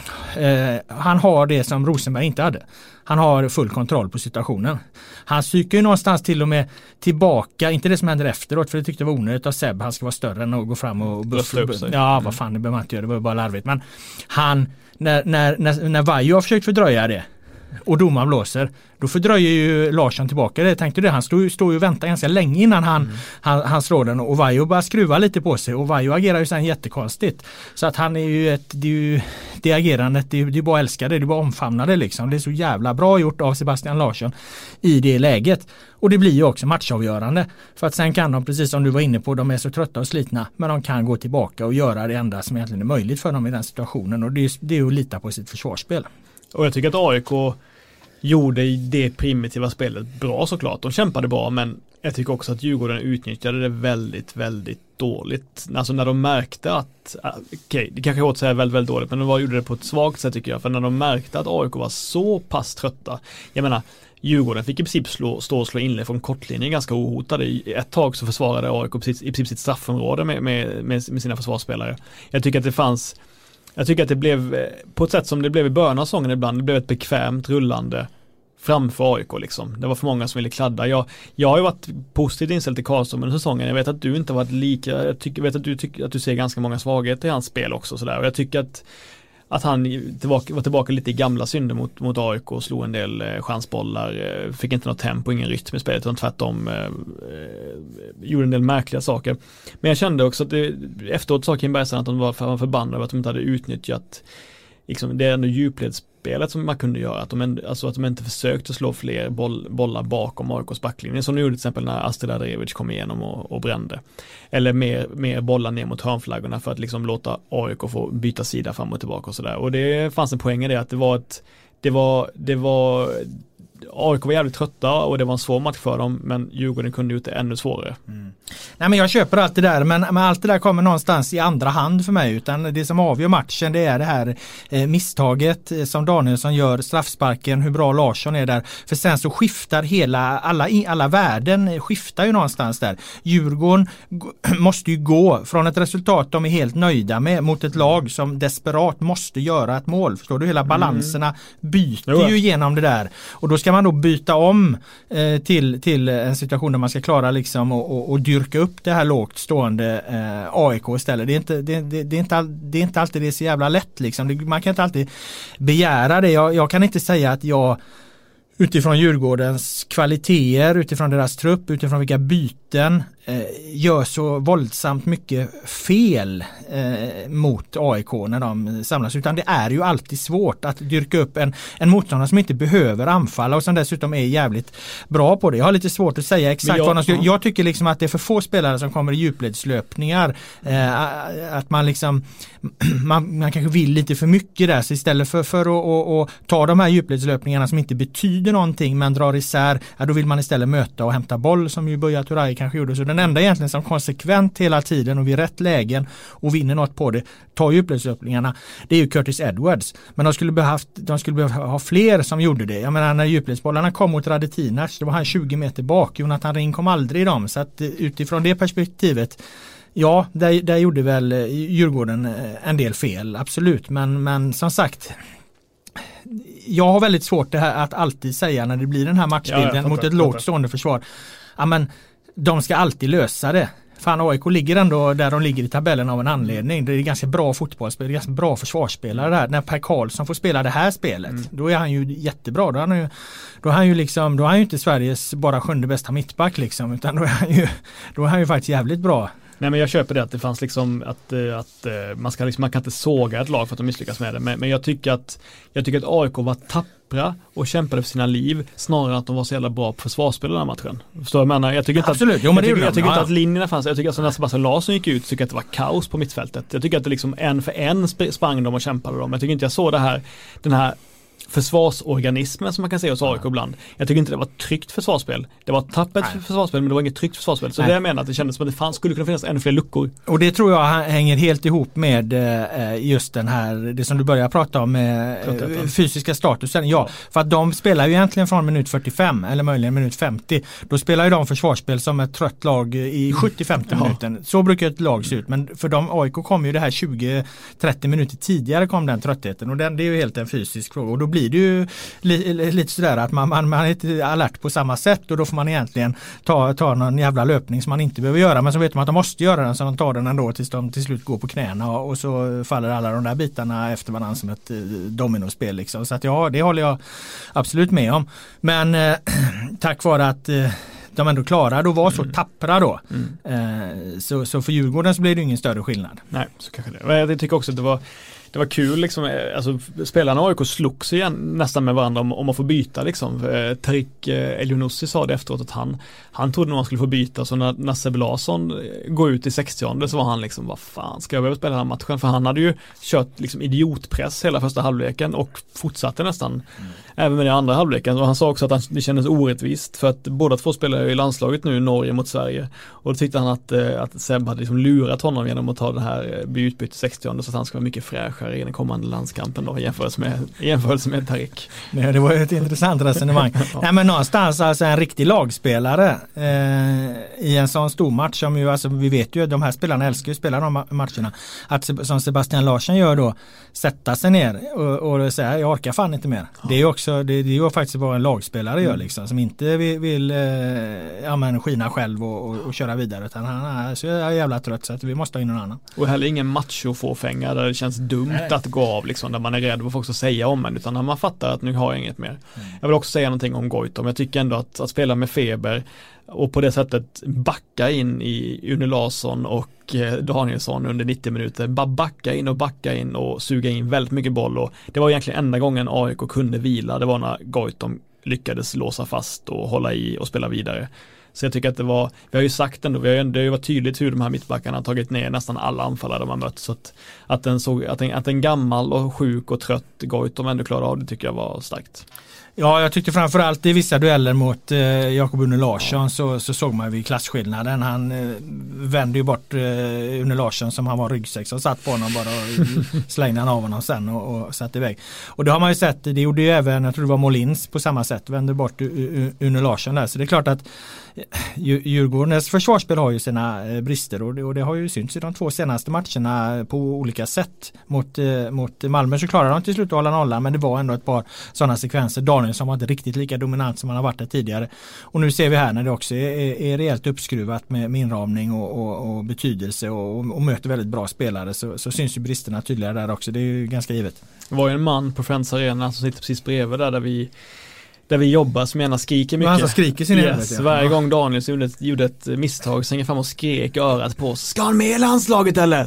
han har det som Rosenberg inte hade. Han har full kontroll på situationen. Han psykar ju någonstans till och med tillbaka, inte det som händer efteråt, för det tyckte jag var onödigt av Seb. Han ska vara större än att gå fram och buffla upp sig. Ja, vad fan, det behöver man inte göra, det var ju bara larvigt. Men han, när Vaiho har försökt fördröja det, och domaren blåser, då fördröjer ju Larsson tillbaka det. Tänkte det, han står ju och väntar ganska länge innan han slår den, och Vaiho bara skruvar lite på sig, och Vaiho agerar ju sen jättekonstigt. Så att han är ju det agerandet, det är bara älskar det är bara omfamnar det liksom. Det är så jävla bra gjort av Sebastian Larsson i det läget. Och det blir ju också matchavgörande. För att sen kan de, precis som du var inne på, de är så trötta och slitna, men de kan gå tillbaka och göra det enda som egentligen är möjligt för dem i den situationen, och det är att lita på sitt försvarsspel. Och jag tycker att AIK gjorde det primitiva spelet bra såklart. De kämpade bra, men jag tycker också att Djurgården utnyttjade det väldigt, väldigt dåligt. Alltså när de märkte att, det kanske åt sig väldigt, väldigt dåligt, men de gjorde det på ett svagt sätt tycker jag. För när de märkte att AIK var så pass trötta, jag menar, Djurgården fick i princip slå inlägg från kortlinjen ganska ohotade. I ett tag så försvarade AIK i princip sitt straffområde med sina försvarsspelare. Jag tycker att det blev på ett sätt som det blev i början av säsongen ibland. Det blev ett bekvämt rullande framför AIK liksom. Det var för många som ville kladda. Jag har ju varit positivt inställd till Karlsson under säsongen. Jag vet att du inte varit lika. Jag vet att du tycker att du ser ganska många svagheter i hans spel också sådär. Och jag tycker att han var tillbaka lite i gamla synder mot AIK och slog en del chansbollar, fick inte något tempo, ingen rytm i spelet, utan tvärtom gjorde en del märkliga saker. Men jag kände också att efteråt sa Kim Bergstrand att de var förbannade över att de inte hade utnyttjat liksom, det ändå djupledsspelet som man kunde göra, att de inte försökte slå fler bollar bakom AIKs backlinje som de gjorde till exempel när Astrid Adrevic kom igenom och brände. Eller mer bollar ner mot hörnflaggorna för att liksom låta AIK få byta sida fram och tillbaka och sådär. Och det fanns en poäng i det, att det var AIK var jävligt trötta och det var en svår match för dem, men Djurgården kunde gjort det ännu svårare. Nej, men jag köper allt det där, men allt det där kommer någonstans i andra hand för mig, utan det som avgör matchen, det är det här misstaget som Danielsson gör, straffsparken, hur bra Larsson är där, för sen så skiftar alla värden skiftar ju någonstans där. Djurgården måste ju gå från ett resultat de är helt nöjda med mot ett lag som desperat måste göra ett mål, förstår du? Hela balanserna byter ju igenom det där, och då ska man då byta om till en situation där man ska klara liksom och dyrka upp det här lågt stående AIK istället. Det är inte alltid det är så jävla lätt liksom. Man kan inte alltid begära det. Jag kan inte säga att jag utifrån Djurgårdens kvaliteter, utifrån deras trupp, utifrån vilka byten gör så våldsamt mycket fel mot AIK när de samlas, utan det är ju alltid svårt att dyrka upp en motståndare som inte behöver anfalla och som dessutom är jävligt bra på det. Jag har lite svårt att säga exakt vad de ska. Jag tycker liksom att det är för få spelare som kommer i djupledslöpningar, att man liksom man kanske vill lite för mycket där, så istället för att ta de här djupledslöpningarna som inte betyder någonting men drar isär, då vill man istället möta och hämta boll, som ju Buya Turay kanske gjorde. Så den enda egentligen som konsekvent hela tiden och vid rätt lägen och vinner något på det, tar djupledsöppningarna, det är ju Curtis Edwards. Men de skulle behöva ha fler som gjorde det. Jag menar, när djupledsbollarna kom mot Radetinac, då var han 20 meter bak. Jonathan Ring kom aldrig i dem. Så att utifrån det perspektivet, ja, där gjorde väl Djurgården en del fel, absolut. Men som sagt, jag har väldigt svårt det här att alltid säga när det blir den här matchbilden mot ett lågt stående försvar. Ja, men de ska alltid lösa det. Fan, AIK ligger ändå där de ligger i tabellen av en anledning. Det är ganska bra fotbollsspel, det är ganska bra försvarsspelare där. När Per Karlsson får spela det här spelet, då är han ju jättebra. Då är han ju inte Sveriges bara 7:e bästa mittback liksom, utan då är han ju faktiskt jävligt bra. Nej, men jag köper det, att det fanns liksom att man kan inte såga ett lag för att de misslyckas med det, men jag tycker att AIK var tappra och kämpade för sina liv snarare än att de var så jävla bra på försvarsspel i den här matchen. Förstår jag menar? Jag tycker inte jag tycker inte att linjerna fanns. Jag tycker att när Sebastian Larsson gick ut, tycker att det var kaos på mittfältet. Jag tycker att det liksom en för en sprang de och kämpade dem. Jag tycker inte jag såg den här försvarsorganismen som man kan se hos AIK ibland. Jag tycker inte det var ett tryggt försvarsspel. Det var ett tappert försvarsspel, men det var inget tryggt försvarsspel. Så det jag menar, att det kändes som att det skulle kunna finnas ännu fler luckor. Och det tror jag hänger helt ihop med just den här, det som du börjar prata om med fysiska statusen. Ja, för att de spelar ju egentligen från minut 45 eller möjligen minut 50. Då spelar ju de försvarsspel som ett trött lag i 70-50 minuten. Så brukar ett lag se ut. Men för de AIK kom ju det här 20-30 minuter tidigare kom den tröttheten. Och det är ju helt en fysisk fråga. Och då blir blir det ju lite sådär att man är inte alert på samma sätt, och då får man egentligen ta någon jävla löpning som man inte behöver göra, men så vet man att de måste göra den, så de tar den ändå tills de till slut går på knäna, och så faller alla de där bitarna efter varandra som ett dominospel liksom. Så att ja, det håller jag absolut med om. Men tack vare att de ändå klarade och var så tappra då. Så för Djurgården så blir det ingen större skillnad. Nej, så kanske det. Jag tycker också att det var kul liksom, alltså spelarna AIK slogs igen nästan med varandra om att få byta liksom. Tarik Elionossi sa det efteråt att han trodde nog han skulle få byta, så när Sebbe Larsson går ut i 60:e så var han liksom, vad fan ska jag behöva spela den här matchen? För han hade ju kört liksom idiotpress hela första halvleken och fortsatte nästan även med den andra halvleken, och han sa också att det kändes orättvist för att båda två spelar i landslaget nu, Norge mot Sverige, och då tyckte han att Sebbe hade liksom lurat honom genom att ta den här utbyte 60:e så att han ska vara mycket fräschare i den kommande landskampen då, i jämförelse med Tarik. Det var ett intressant resonemang. Nej, men någonstans alltså en riktig lagspelare i en sån stor match som ju, alltså vi vet ju, de här spelarna älskar ju att spela de matcherna, att som Sebastian Larsson gör då, sätta sig ner och säga jag orkar fan inte mer. Ja. Det är ju också, det är ju faktiskt vad en lagspelare gör liksom, som inte vill skina själv och köra vidare, utan han är så jävla trött så att vi måste ha in någon annan. Och heller ingen macho-fåfänga där det känns dumt att gå av liksom, där man är rädd vad folk ska säga om en, utan när man fattar att nu har jag inget mer. Jag vill också säga någonting om Goitom. Jag tycker ändå att spela med feber och på det sättet backa in i Une Larsson och Danielsson under 90 minuter, bara backa in och suga in väldigt mycket boll, och det var egentligen enda gången AIK kunde vila, det var när Goitom lyckades låsa fast och hålla i och spela vidare. Så jag tycker att vi har ju sagt ändå, det har ju varit tydligt hur de här mittbackarna har tagit ner nästan alla anfallare de har mött, så att en gammal och sjuk och trött Goitom ändå klarade av det tycker jag var starkt. Ja, jag tyckte framförallt i vissa dueller mot Jakob Une Larsson så såg man ju klasskillnaden. Han vände ju bort Une Larsson som han var ryggsäck och satt på honom bara och slängde han av honom sen och satt iväg. Och det har man ju sett, det gjorde ju även, jag tror det var Molins på samma sätt, vände bort Une Larsson där. Så det är klart att Djurgårdens försvarsspel har ju sina brister, och det har ju synts i de 2 senaste matcherna på olika sätt. Mot Malmö så klarade de till slut att hålla nollan, men det var ändå ett par sådana sekvenser. Daniel som var inte riktigt lika dominant som han har varit där tidigare. Och nu ser vi här när det också är rejält uppskruvat med inramning och betydelse och möter väldigt bra spelare, så syns ju bristerna tydligare där också. Det är ju ganska givet. Det var ju en man på Friends Arena som sitter precis bredvid där vi jobbar, som gärna skriker mycket. Han skriker sin helvete. Ja. Varje gång Daniel gjorde ett misstag så hänger fram och skrek örat på oss. Ska han med i landslaget eller?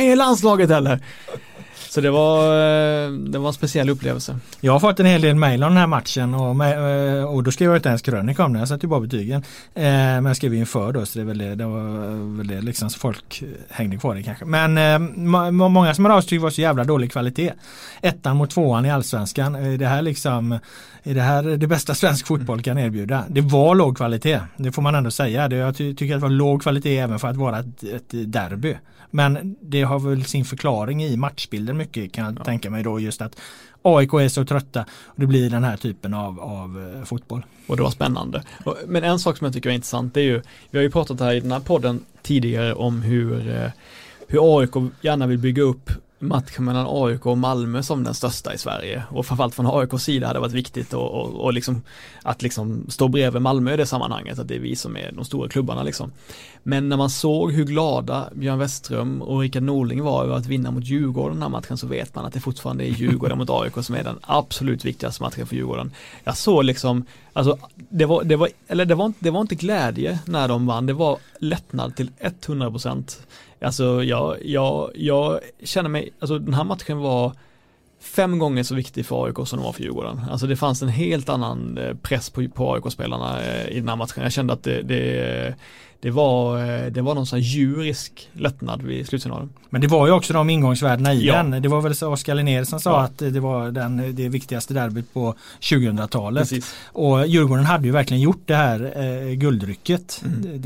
Så det var en speciell upplevelse. Jag har fått en hel del mejl om den här matchen och då skrev jag inte ens krönika om det. Jag satte ju bara betygen. Men jag skrev inför då, så det var väl det liksom, så folk hängde kvar det kanske. Men många som har avstyrt var så jävla dålig kvalitet. 1 mot 2 i Allsvenskan. Det här liksom, är det här det bästa svensk fotboll kan erbjuda? Det var låg kvalitet, det får man ändå säga. Jag tycker att det var låg kvalitet även för att vara ett derby. Men det har väl sin förklaring i matchbilden mycket, kan jag tänka mig då, just att AIK är så trötta och det blir den här typen av fotboll. Och det var spännande. Men en sak som jag tycker är intressant, det är ju, vi har ju pratat här i den här podden tidigare om hur AIK gärna vill bygga upp matchen mellan AIK och Malmö som den största i Sverige, och framförallt från AIKs sida hade det varit viktigt och liksom, att liksom stå bredvid Malmö i det sammanhanget, att det är vi som är de stora klubbarna liksom. Men när man såg hur glada Björn Westström och Rickard Norling var över att vinna mot Djurgården den här matchen, så vet man att det fortfarande är Djurgården mot AIK som är den absolut viktigaste matchen för Djurgården. Jag såg liksom, alltså det var inte glädje när de vann, det var lättnad till 100%. Alltså jag känner mig, alltså den här matchen var 5 gånger så viktig för AIK som den var för Djurgården. Alltså det fanns en helt annan press på AIK-spelarna i den här matchen. Jag kände att det var någon sån här djurisk lättnad vid slutsignalen. Men det var ju också de ingångsvärdena i den. Det var väl så Oskar Linnér som sa att det var det viktigaste derbyt på 2000-talet. Precis. Och Djurgården hade ju verkligen gjort det här guldrycket.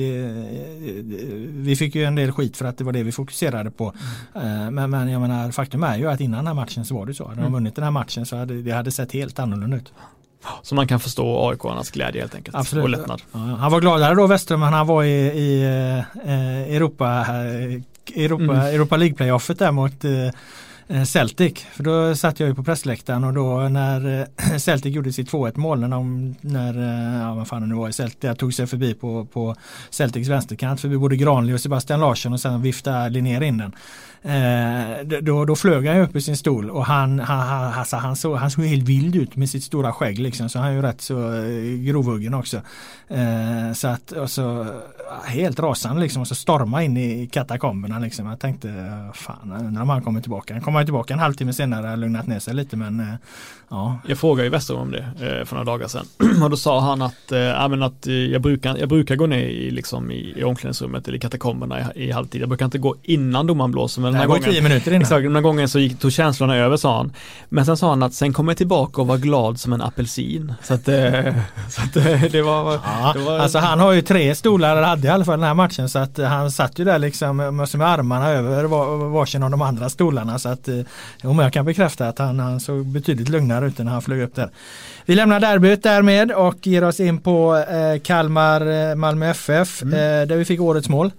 Vi fick ju en del skit för att det var det vi fokuserade på. Men jag menar, faktum är ju att innan den här matchen så var det så. När de vunnit den här matchen så hade det sett helt annorlunda ut. Så man kan förstå AIK-arnas glädje helt enkelt. Absolut. Och lättnad. Ja, han var gladare då, Westström, men han var i Europa League-playoffet där Celtic. För då satt jag ju på pressläktaren och då när Celtic gjorde sitt 2-1 mål när vad fan det nu var i Celtic, jag tog sig förbi på Celtics vänsterkant förbi både Granli och Sebastian Larsson och sen viftade Linnér in den. Då flög han upp i sin stol och han såg helt vild ut med sitt stora skägg liksom, så han är ju rätt så grovhuggen också. Så att och så helt rasande liksom, och så storma in i katakomberna liksom. Jag tänkte fan, undrar om han kommer tillbaka. Han kommer tillbaka en halvtimme senare, lugnat ner sig lite, men ja. Jag frågade ju Westerholm om det för några dagar sedan och då sa han att jag brukar gå ner i omklädningsrummet eller i katakomberna i halvtid. Jag brukar inte gå innan domaren blåser, men den här gången 10 minuter innan. Exakt, den här gången så tog känslorna över, sa han. Men sen sa han att sen kommer jag tillbaka och var glad som en apelsin. Så att det var... Alltså han har ju 3 stolar, eller hade i alla fall den här matchen, så att han satt ju där liksom med armarna över varsin av de andra stolarna, så att jag kan bekräfta att han såg betydligt lugnare ut när han flög upp där. Vi lämnar derbyt därmed och ger oss in på Kalmar-Malmö FF där vi fick årets mål.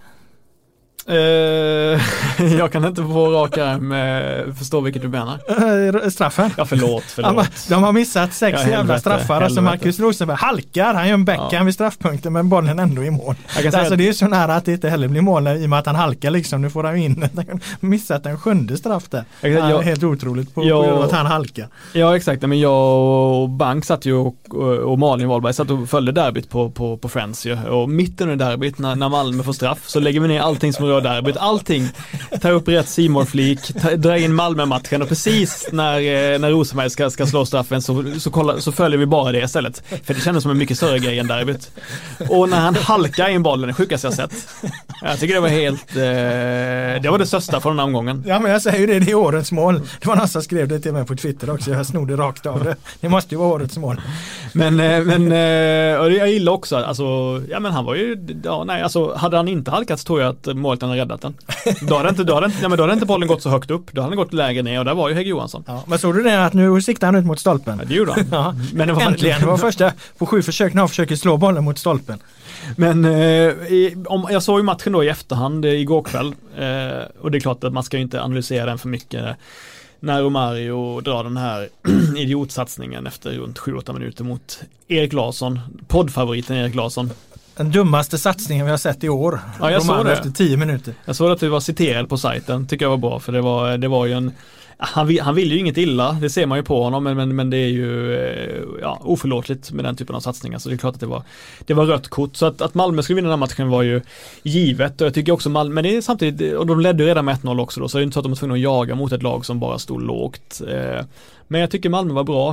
Jag kan inte på rak arm förstå vilket du menar. Straffen. Ja, förlåt. De har missat 6 jävla straffar. Alltså Marcus Rosenberg halkar, han gör en backhand vid straffpunkten, men bollen ändå i mål. Alltså det är så nära att det inte heller blir mål i och med att han halkar liksom. Nu får han in missat en 7:e straff där. Helt otroligt på att han halkar. Ja, exakt. Men jag och Bank satt ju och Malin Wahlberg satt och följde derbyt på Friends ju. Och mitten i derbyt när Malmö får straff så lägger vi ner allting som rör derbyt. Allting. Ta upp rätt Simor-flik, dra in Malmö-matchen och precis när Rosenberg ska slå straffen så följer vi bara det istället. För det kändes som en mycket större grej än derbyt. Och när han halkar in bollen, det sjukaste jag sett. Jag tycker det var helt det var det största från den omgången. Ja, men jag säger ju det är årets mål. Det var någon som skrev det till mig på Twitter också. Jag snodde rakt av det. Det måste ju vara årets mål. Men och jag gillar också alltså, ja men han var ju hade han inte halkat så tror jag att målet hade räddat den. Då hade inte bollen gått så högt upp. Då hade den gått lägre ner och där var ju Hägg Johansson. Ja, men såg du det att nu siktar han ut mot stolpen? Ja, det gjorde han. Ja. Men det var äntligen, det var första på 7 försök när han försöker slå bollen mot stolpen. Men jag såg ju matchen då i efterhand igår kväll och det är klart att man ska ju inte analysera den för mycket när Romario drar den här idiotsatsningen efter runt 7-8 minuter mot Erik Larsson, poddfavoriten Erik Larsson. Den dummaste satsningen vi har sett i år. Ja, jag såg det. Efter 10 minuter. Jag såg att du var citerad på sajten, tycker jag var bra, för det var ju en han vill ju inget illa, det ser man ju på honom, men det är ju oförlåtligt med den typen av satsningar, så det är klart att det var rött kort, så att Malmö skulle vinna den här matchen var ju givet, och jag tycker också Malmö, men det är samtidigt, och de ledde redan med 1-0 också då, så det är inte så att de var tvungna att jaga mot ett lag som bara stod lågt, men jag tycker Malmö var bra,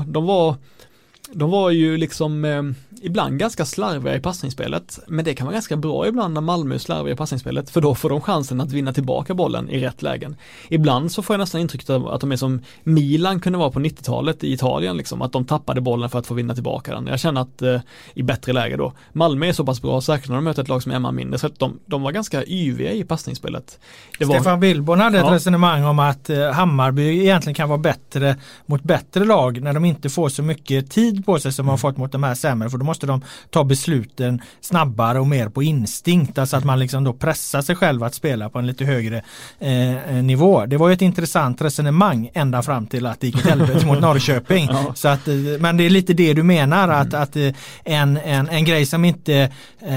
de var ju liksom ibland ganska slarviga i passningsspelet, men det kan vara ganska bra ibland när Malmö är slarviga i passningsspelet, för då får de chansen att vinna tillbaka bollen i rätt lägen. Ibland så får jag nästan intrycket av att de är som Milan kunde vara på 90-talet i Italien, liksom, att de tappade bollen för att få vinna tillbaka den. Jag känner att i bättre läge då. Malmö är så pass bra, säkert när de möter ett lag som är mindre, så att de var ganska yviga i passningsspelet. Stefan Billborn hade ett resonemang om att Hammarby egentligen kan vara bättre mot bättre lag när de inte får så mycket tid på sig som de har fått mot de här sämre, för då måste de ta besluten snabbare och mer på instinkt, alltså att man liksom då pressar sig själv att spela på en lite högre nivå. Det var ju ett intressant resonemang ända fram till att det gick ett helvete mot Norrköping. Ja. Så att, men det är lite det du menar, att en grej som inte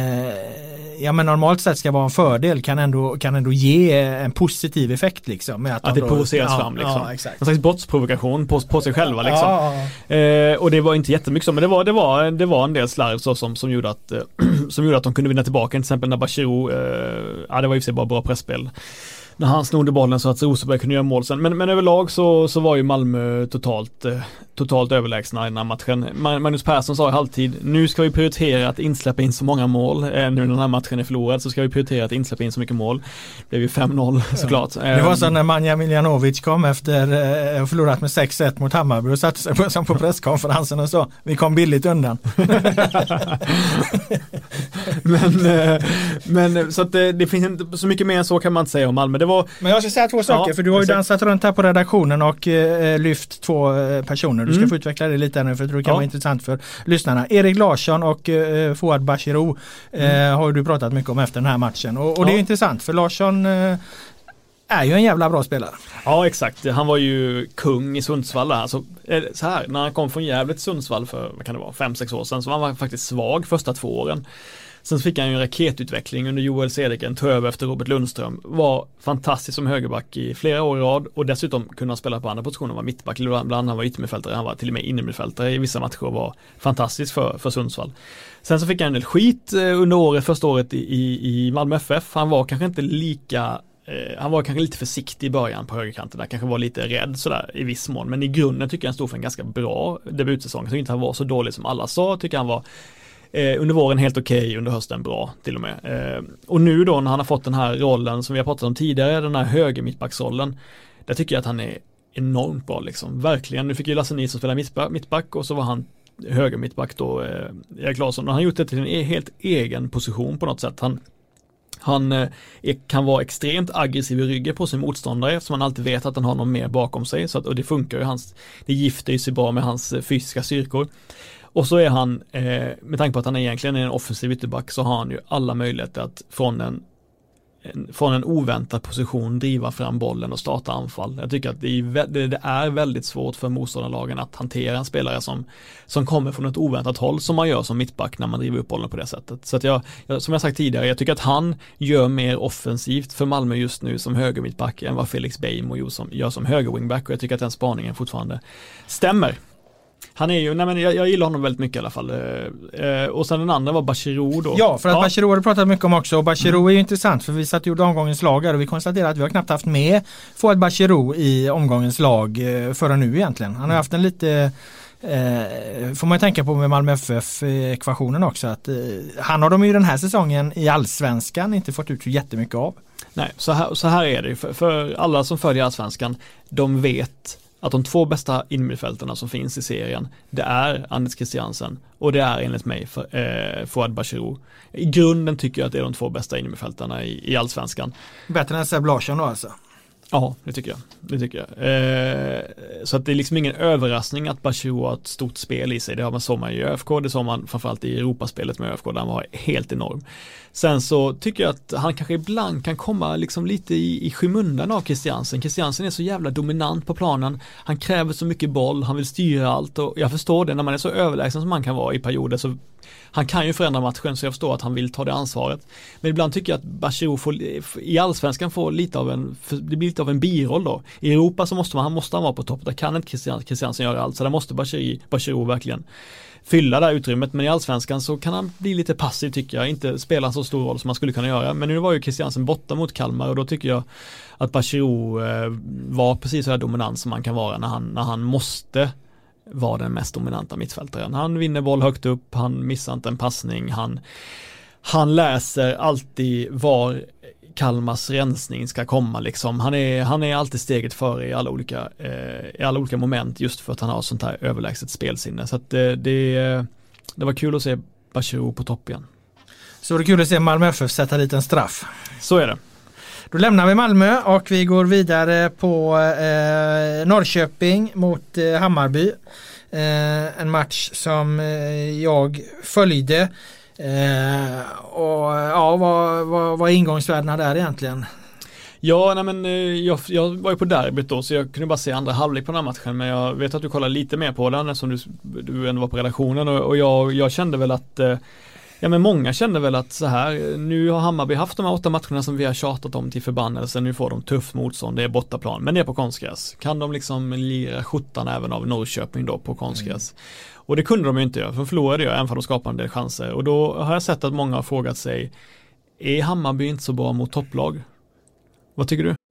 men normalt sett ska vara en fördel kan ändå ge en positiv effekt liksom, med att det provoceras fram liksom. Ja, exakt. En slags brottsprovokation på sig själva liksom. Ja. Och det var inte jättemycket så, men det var en del slarv så som gjorde att de kunde vinna tillbaka, till exempel när Bachirou det var ju sig bara bra pressspel när han snodde bollen så att Rosenberg kunde göra mål sen. Men överlag så var ju Malmö totalt överlägsna i den här matchen. Magnus Persson sa i halvtid, nu ska vi prioritera att insläppa in så många mål. Nu när den här matchen är förlorad så ska vi prioritera att insläppa in så mycket mål. Det är ju 5-0 såklart. Det var så när Manja Miljanovic kom efter förlorat med 6-1 mot Hammarby och satte sig på presskonferensen och sa, vi kom billigt undan. men så att det finns inte så mycket mer än så kan man inte säga om Malmö. Men jag ska säga 2 saker, för du har ju dansat runt här på redaktionen och lyft 2 personer. Du ska få utveckla det lite nu, för jag tror det kan vara intressant för lyssnarna. Erik Larsson och Fouad Bachirou har du pratat mycket om efter den här matchen. Och det är intressant, för Larsson är ju en jävla bra spelare. Ja, exakt. Han var ju kung i Sundsvall. Alltså, så här, när han kom från Gävle till Sundsvall för, vad kan det vara, 5-6 år sedan, så var han faktiskt svag första 2 åren. Sen fick han ju en raketutveckling under Joel Cedergren, tog över efter Robert Lundström, var fantastisk som högerback i flera år i rad och dessutom kunde han spela på andra positioner, var mittback, ibland han var yttermittfältare, han var till och med innermittfältare i vissa matcher och var fantastisk för Sundsvall. Sen så fick han en del skit under året, första året i Malmö FF. Han var kanske inte han var kanske lite försiktig i början på högerkanten där, kanske var lite rädd sådär i viss mån, men i grunden tycker jag han stod för en ganska bra debutsäsong. Jag tycker inte han var så dålig som alla sa, tycker han var under våren helt okej, under hösten bra till och med. Och nu då när han har fått den här rollen som vi har pratat om tidigare, den här höger mittbacksrollen, där tycker jag att han är enormt bra liksom. Verkligen, nu fick ju Lasse Nilsson spela mittback och så var han höger mittback då, Erik Larsson, och han har gjort det till en helt egen position på något sätt. Han kan vara extremt aggressiv i ryggen på sin motståndare eftersom man alltid vet att han har någon mer bakom sig, så att, och det funkar ju, det gifter ju sig bra med hans fysiska styrkor. Och så är han, med tanke på att han egentligen är en offensiv ytterback, så har han ju alla möjligheter att från en oväntad position driva fram bollen och starta anfall. Jag tycker att det är väldigt svårt för motståndarlagen att hantera en spelare som kommer från ett oväntat håll, som man gör som mittback när man driver upp bollen på det sättet. Så att jag som jag sagt tidigare, jag tycker att han gör mer offensivt för Malmö just nu som höger mittback än vad Felix Beijmo gör som höger wingback, och jag tycker att den spaningen fortfarande stämmer. Han är ju, jag gillar honom väldigt mycket i alla fall. Och sen den andra var Bachirou då. Ja, för att Bachirou har du pratat mycket om också. Och Bachirou är ju intressant, för vi satt ju omgångens lag här och vi konstaterade att vi har knappt haft med Fouad Bachirou i omgångens lag förrän nu egentligen. Han har haft en lite, får man tänka på med Malmö FF-ekvationen också, att han har de ju den här säsongen i Allsvenskan inte fått ut så jättemycket av. Nej, så här är det. För alla som följer Allsvenskan, de vet att de 2 bästa innermittfältarna som finns i serien, det är Anders Christiansen och det är enligt mig Fouad Bachirou. I grunden tycker jag att det är de 2 bästa innermittfältarna i Allsvenskan. Bättre än Seb Larsson då alltså? Ja, det tycker jag. Så att det är liksom ingen överraskning att Bachirou har ett stort spel i sig. Det såg man i ÖFK, det såg man framförallt i Europaspelet med ÖFK, där han var helt enorm. Sen så tycker jag att han kanske ibland kan komma liksom lite i skymundan av Christiansen. Christiansen är så jävla dominant på planen. Han kräver så mycket boll, han vill styra allt, och jag förstår det när man är så överlägsen som man kan vara i perioder, så han kan ju förändra matchen, så jag förstår att han vill ta det ansvaret. Men ibland tycker jag att Bachirou i Allsvenskan får det blir lite av en biroll då. I Europa så måste han vara på topp. Där kan inte Christiansen göra allt, så där måste Bachirou verkligen fylla det här utrymmet. Men i Allsvenskan så kan han bli lite passiv, tycker jag. Inte spela en så stor roll som man skulle kunna göra. Men nu var ju Christiansen borta mot Kalmar, och då tycker jag att Bachirou var precis så här dominant som man kan vara när han måste vara den mest dominanta mittfältaren. Han vinner boll högt upp, han missar inte en passning, han läser alltid var Kalmars rensning ska komma liksom. Han är alltid steget före i alla olika moment, just för att han har sånt här överlägset spelsinne. Så att det var kul att se Bachirou på topp igen. Så det är kul att se Malmö FF sätta dit en straff. Så är det. Då lämnar vi Malmö och vi går vidare på Norrköping mot Hammarby. En match som jag följde. Och ja, vad är ingångsvärdena där egentligen? Ja, jag var ju på derbyt då, så jag kunde bara se andra halvlek på den här matchen, men jag vet att du kollar lite mer på den eftersom du ändå var på redaktionen, och jag kände väl att men många kände väl att så här, nu har Hammarby haft de här 8 matcherna som vi har tjatat om till förbannelse, nu får de tufft motstånd, det är bortaplan, men det är på konstgräs. Kan de liksom lira skjortan även av Norrköping då på konstgräs? Och det kunde de ju inte göra, för de förlorade ju, även för de skapade en del chanser. Och då har jag sett att många har frågat sig, är Hammarby inte så bra mot topplag? Vad tycker du?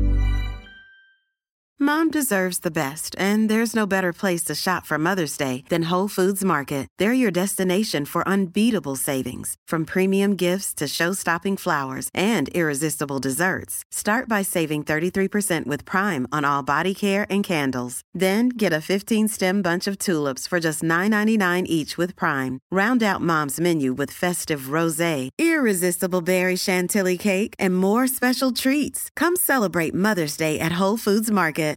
Mom deserves the best, and there's no better place to shop for Mother's Day than Whole Foods Market. They're your destination for unbeatable savings, from premium gifts to show-stopping flowers and irresistible desserts. Start by saving 33% with Prime on all body care and candles. Then get a 15-stem bunch of tulips for just $9.99 each with Prime. Round out Mom's menu with festive rosé, irresistible berry chantilly cake, and more special treats. Come celebrate Mother's Day at Whole Foods Market.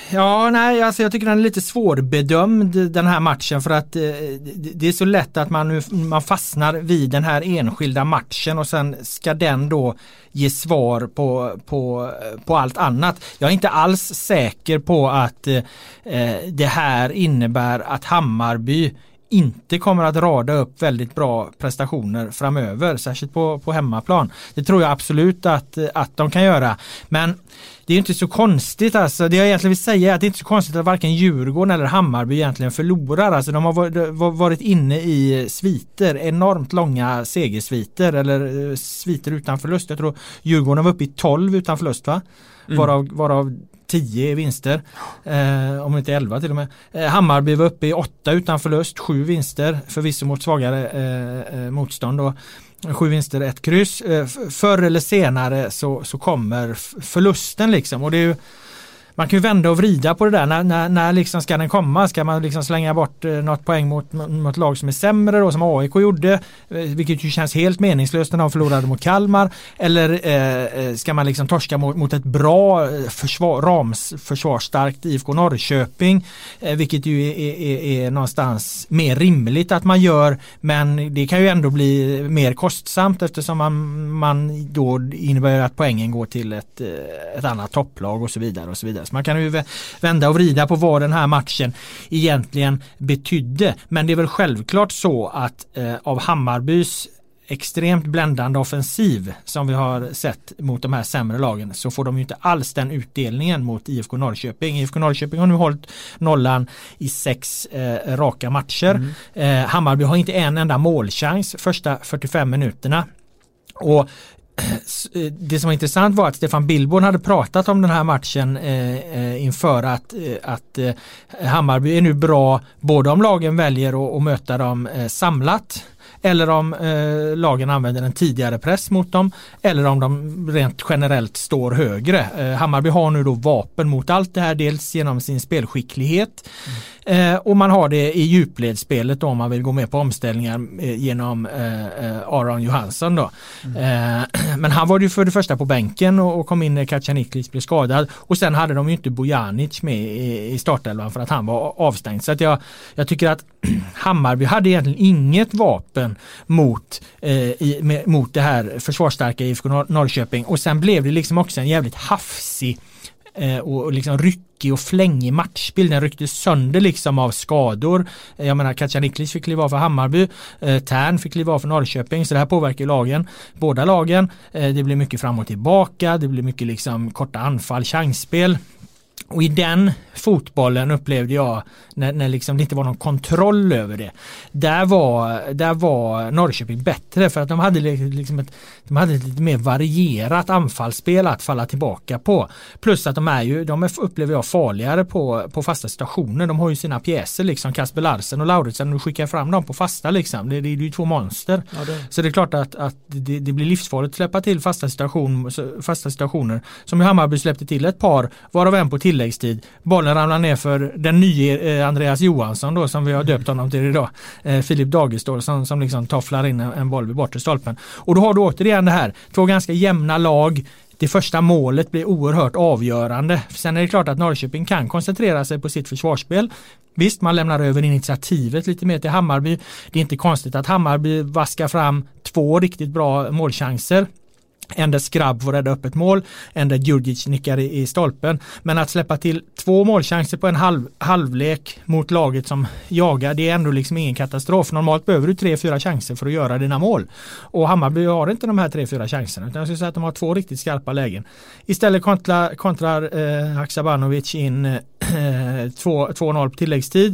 Alltså jag tycker den är lite svårbedömd den här matchen, för att det är så lätt att man fastnar vid den här enskilda matchen och sen ska den då ge svar på allt annat. Jag är inte alls säker på att det här innebär att Hammarby inte kommer att rada upp väldigt bra prestationer framöver, särskilt på hemmaplan. Det tror jag absolut att de kan göra. Men det är inte så konstigt. Alltså, det jag egentligen vill säga är att det är inte så konstigt att varken Djurgården eller Hammarby egentligen förlorar. Alltså, de har varit inne i sviter, enormt långa segersviter eller sviter utan förlust. Jag tror Djurgården var uppe i 12 utan förlust, va? Varav 10 vinster, om inte 11 till och med. Hammarby var uppe i 8 utan förlust, 7 vinster, förvisso mot svagare motstånd då. 7 vinster, 1 kryss. Förr eller senare så kommer förlusten liksom, och det är ju, man kan ju vända och vrida på det där. När liksom ska den komma? Ska man liksom slänga bort något poäng mot lag som är sämre då, som AIK gjorde, vilket ju känns helt meningslöst när de förlorade mot Kalmar, eller ska man liksom torska mot ett bra försvarsstarkt IFK Norrköping, vilket ju är någonstans mer rimligt att man gör, men det kan ju ändå bli mer kostsamt eftersom man då innebär att poängen går till ett annat topplag och så vidare och så vidare. Så man kan ju vända och vrida på vad den här matchen egentligen betydde. Men det är väl självklart så att av Hammarbys extremt bländande offensiv som vi har sett mot de här sämre lagen, så får de ju inte alls den utdelningen mot IFK Norrköping. IFK Norrköping har nu hållit nollan i 6 raka matcher. Hammarby har inte en enda målchans första 45 minuterna. Och det som var intressant var att Stefan Billborn hade pratat om den här matchen inför att Hammarby är nu bra både om lagen väljer att möta dem samlat, eller om lagen använder en tidigare press mot dem, eller om de rent generellt står högre. Hammarby har nu då vapen mot allt det här, dels genom sin spelskicklighet och man har det i djupledsspelet då, om man vill gå med på omställningar genom Aron Johansson då. Men han var ju för det första på bänken och kom in när Kacaniklic blev skadad, och sen hade de ju inte Bojanic med i startelvan för att han var avstängd. Så att jag tycker att Hammarby hade egentligen inget vapen mot det här försvarsstarka IFK Norrköping, och sen blev det liksom också en jävligt hafsig och liksom ryckig och flängig matchbild. Den rycktes sönder liksom av skador. Jag menar, Kacaniklic fick kliva av för Hammarby, Tern fick kliva av för Norrköping, så det här påverkar lagen, båda lagen. Det blir mycket fram och tillbaka, det blir mycket liksom korta anfall, chansspel. Och i den fotbollen upplevde jag när liksom det inte var någon kontroll över det. Där var Norrköping bättre, för att de hade liksom ett lite mer varierat anfallsspel att falla tillbaka på. Plus att de upplever jag farligare på fasta situationer. De har ju sina pjäser liksom, Kasper Larsen och Lauritsen, och skickar fram dem på fasta liksom. Det är ju 2 monster. Ja, så det är klart att det blir livsfarligt att släppa till fasta situationer som Hammarby släppte till ett par, varav en på tilläggstid. Bollen ramlar ner för den nya Andreas Johansson då, som vi har döpt honom till idag. Filip Dagestål som liksom tofflar in en boll vid bortre stolpen. Och då har du återigen det här, 2 ganska jämna lag. Det första målet blir oerhört avgörande. Sen är det klart att Norrköping kan koncentrera sig på sitt försvarsspel. Visst, man lämnar över initiativet lite mer till Hammarby. Det är inte konstigt att Hammarby vaskar fram 2 riktigt bra målchanser. En där Skrabb får rädda upp ett mål, en där Djurdjic nickar i stolpen. Men att släppa till 2 målchanser på en halvlek mot laget som jagar, det är ändå liksom ingen katastrof. Normalt behöver du 3-4 chanser för att göra dina mål. Och Hammarby har inte de här 3-4 chanserna, utan jag skulle säga att de har 2 riktigt skarpa lägen. Istället kontrar Haksabanovic in 2-0 på tilläggstid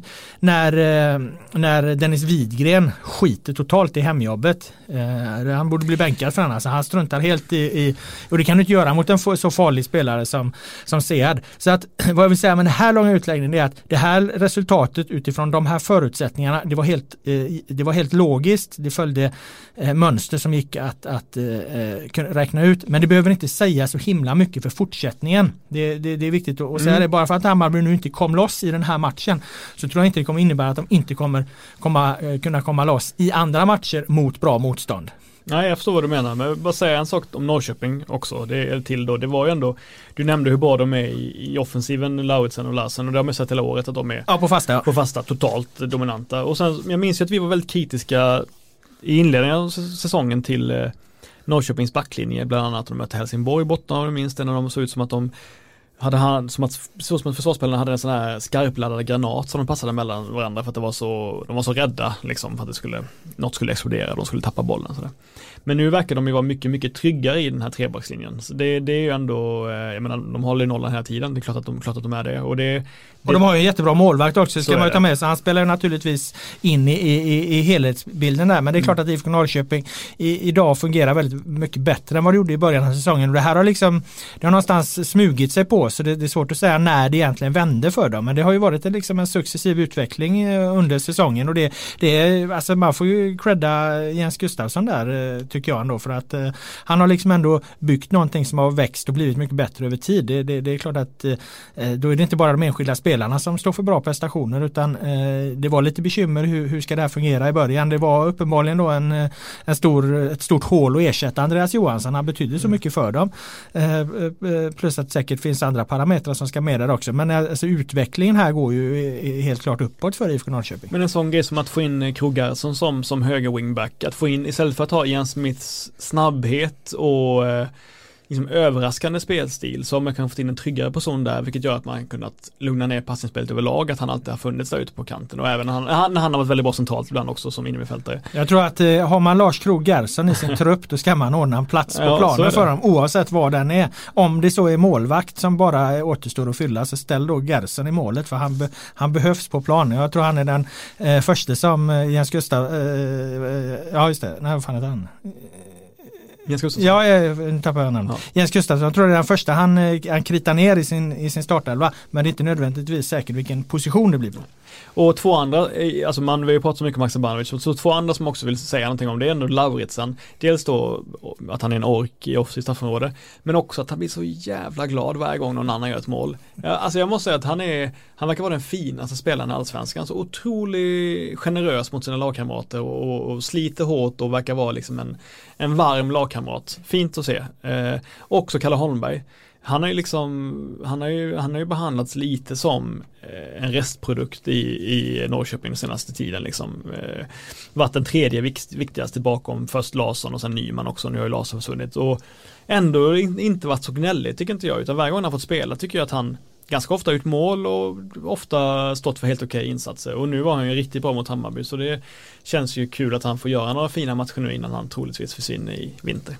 när Dennis Widgren skiter totalt i hemjobbet. Han borde bli bänkad för annars. Han struntar helt i och det kan du inte göra mot en så farlig spelare som Sead. Så att vad jag vill säga med den här långa utläggningen är att det här resultatet utifrån de här förutsättningarna, det var helt logiskt. Det följde mönster som gick att räkna ut, men det behöver inte säga så himla mycket för fortsättningen. Det är viktigt att säga det. Bara för att Hammarby nu inte kom loss i den här matchen, så tror jag inte det kommer innebära att de inte kommer kunna komma loss i andra matcher mot bra motstånd. Nej, jag förstår vad du menar, men jag vill bara säga en sak om Norrköping också. Det var ju ändå, du nämnde hur bra de är i offensiven, Lauritsen och Larsen, och det har man sett hela året att de är på fasta totalt dominanta. Och sen, jag minns ju att vi var väldigt kritiska i inledningen av säsongen till Norrköpings backlinje, bland annat de mötte Helsingborg borta, och minst när de såg ut som att de som att försvarsspelarna hade en sån här skarpladdad granat som de passade mellan varandra för att de var så rädda liksom, för att något skulle explodera, de skulle tappa bollen sådär. Men nu verkar de ju vara mycket, mycket tryggare i den här trebackslinjen. Så det är ju ändå, jag menar, de håller nollan hela tiden, det är klart att de är det. Och de har ju en jättebra målvakt också, ska man ju ta med sig. Han spelar ju naturligtvis in i helhetsbilden där, men det är klart att IFK Norrköping idag fungerar väldigt mycket bättre än vad det gjorde i början av säsongen. Och det här har liksom, det har någonstans smugit sig på, så det är svårt att säga när det egentligen vände för dem. Men det har ju varit liksom en successiv utveckling under säsongen, och det är, alltså man får ju credda Jens Gustafsson där, tycker jag ändå, för att han har liksom ändå byggt någonting som har växt och blivit mycket bättre över tid. Det är klart att då är det inte bara de enskilda spelarna som står för bra prestationer, utan det var lite bekymmer hur ska det här fungera i början. Det var uppenbarligen då ett stort hål att ersätta Andreas Johansson. Han betydde så mycket för dem. Plus att säkert finns andra parametrar som ska med där också. Men alltså, utvecklingen här går ju helt klart uppåt för IFK Norrköping. Men en sån grej som att få in Krogarsson som höger wingback, att få in istället för att ha Ian Smiths snabbhet och liksom överraskande spelstil, så har man kan få in en tryggare person där, vilket gör att man kunnat lugna ner passningsspelet överlag, att han alltid har funnits där ute på kanten, och även när han har varit väldigt bra centralt ibland också som innermittfältare. Jag tror att har man Lars Krogarsson i sin trupp, då ska man ordna en plats på planen för dem, oavsett vad den är. Om det så är målvakt som bara återstår att fylla, så ställ då Gerson i målet, för han behövs på planen. Jag tror han är den första som Jens Gustav ja just det, nej, vad fan heter han? Jens Gustafsson. Ja, jag tappar namn. Ja. Jens Gustafsson, jag tror det är den första han kritar ner i sin startelva, men det är inte nödvändigtvis säkert vilken position det blir på. Och två andra, alltså man vill ju prata så mycket om Max Abanovic, så två andra som också vill säga någonting om det är ändå Lauritsen. Dels då att han är en ork i offensivt straffområde, men också att han blir så jävla glad varje gång någon annan gör ett mål. Alltså jag måste säga att han verkar vara den finaste spelaren i Allsvenskan, så otroligt generös mot sina lagkamrater och sliter hårt och verkar vara liksom en varm lagkamrat. Fint att se. Också Kalle Holmberg. Han har ju behandlats lite som en restprodukt i Norrköping den senaste tiden liksom. Varit den tredje viktigaste bakom först Larsson och sen Nyman också. Nu har ju Larsson försvunnit och ändå inte varit så gnällig, tycker inte jag, utan varje gång han har fått spela tycker jag att han ganska ofta ut mål och ofta stått för helt okej insatser, och nu var han ju riktigt bra mot Hammarby, så det känns ju kul att han får göra några fina matcher nu innan han troligtvis försvinner i vinter.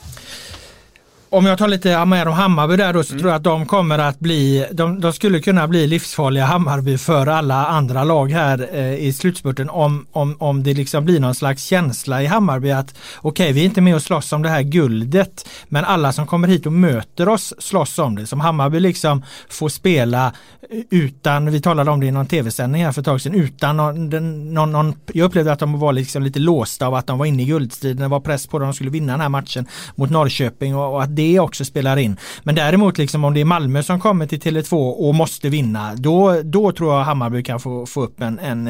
Om jag tar lite med om Hammarby där då, så tror jag att de kommer att bli, de skulle kunna bli livsfarliga Hammarby för alla andra lag här i slutspurten, om det liksom blir någon slags känsla i Hammarby att okej, vi är inte med och slåss om det här guldet, men alla som kommer hit och möter oss slåss om det. Som Hammarby liksom får spela utan, vi talade om det i någon tv-sändning här för ett tag sedan, utan någon jag upplevde att de var liksom lite låsta av att de var inne i guldstriden, det var press på dem, de skulle vinna den här matchen mot Norrköping, och att det också spelar in. Men däremot liksom, om det är Malmö som kommer till Tele2 och måste vinna, då tror jag Hammarby kan få upp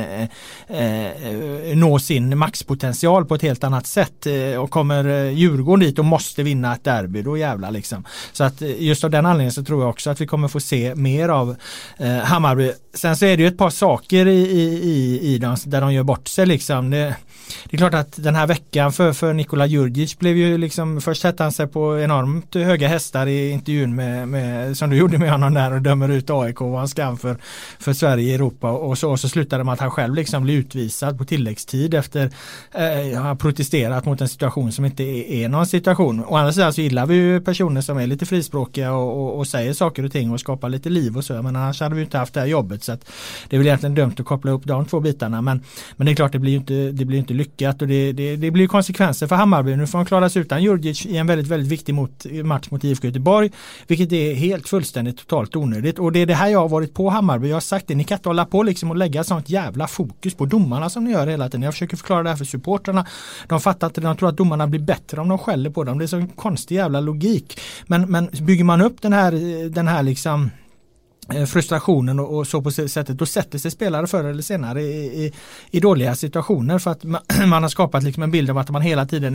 nå sin maxpotential på ett helt annat sätt, och kommer Djurgården dit och måste vinna ett derby, då jävla liksom. Så att just av den anledningen så tror jag också att vi kommer få se mer av Hammarby. Sen så är det ju ett par saker i dem där de gör bort sig liksom. Det är klart att den här veckan för Nikola Djurdjic blev ju liksom, först sätter han sig på enormt höga hästar i intervjun med som du gjorde med honom där och dömer ut AIK och var en skam för Sverige i Europa, och så slutade med att han själv liksom blir utvisad på tilläggstid efter har protesterat mot en situation som inte är någon situation. Å andra sidan så gillar vi ju personer som är lite frispråkiga och säger saker och ting och skapar lite liv och så, men annars hade vi inte haft det här jobbet, så att det är väl egentligen dumt att koppla upp de två bitarna, men det är klart det blir inte lyckat, och det blir konsekvenser för Hammarby. Nu får han klara sig utan Djurdjic i en väldigt, väldigt viktig match mot IFK Göteborg, vilket är helt fullständigt totalt onödigt, och det är det här jag har varit på Hammarby. Jag har sagt det, ni kan inte hålla på liksom och lägga sånt jävla fokus på domarna som ni gör hela tiden. Jag försöker förklara det här för supporterna. De fattar inte, de tror att domarna blir bättre om de skäller på dem. Det är så en konstig jävla logik. Men bygger man upp den här liksom frustrationen och så på sättet, då sätter sig spelare förr eller senare i dåliga situationer för att man har skapat liksom en bild av att man hela tiden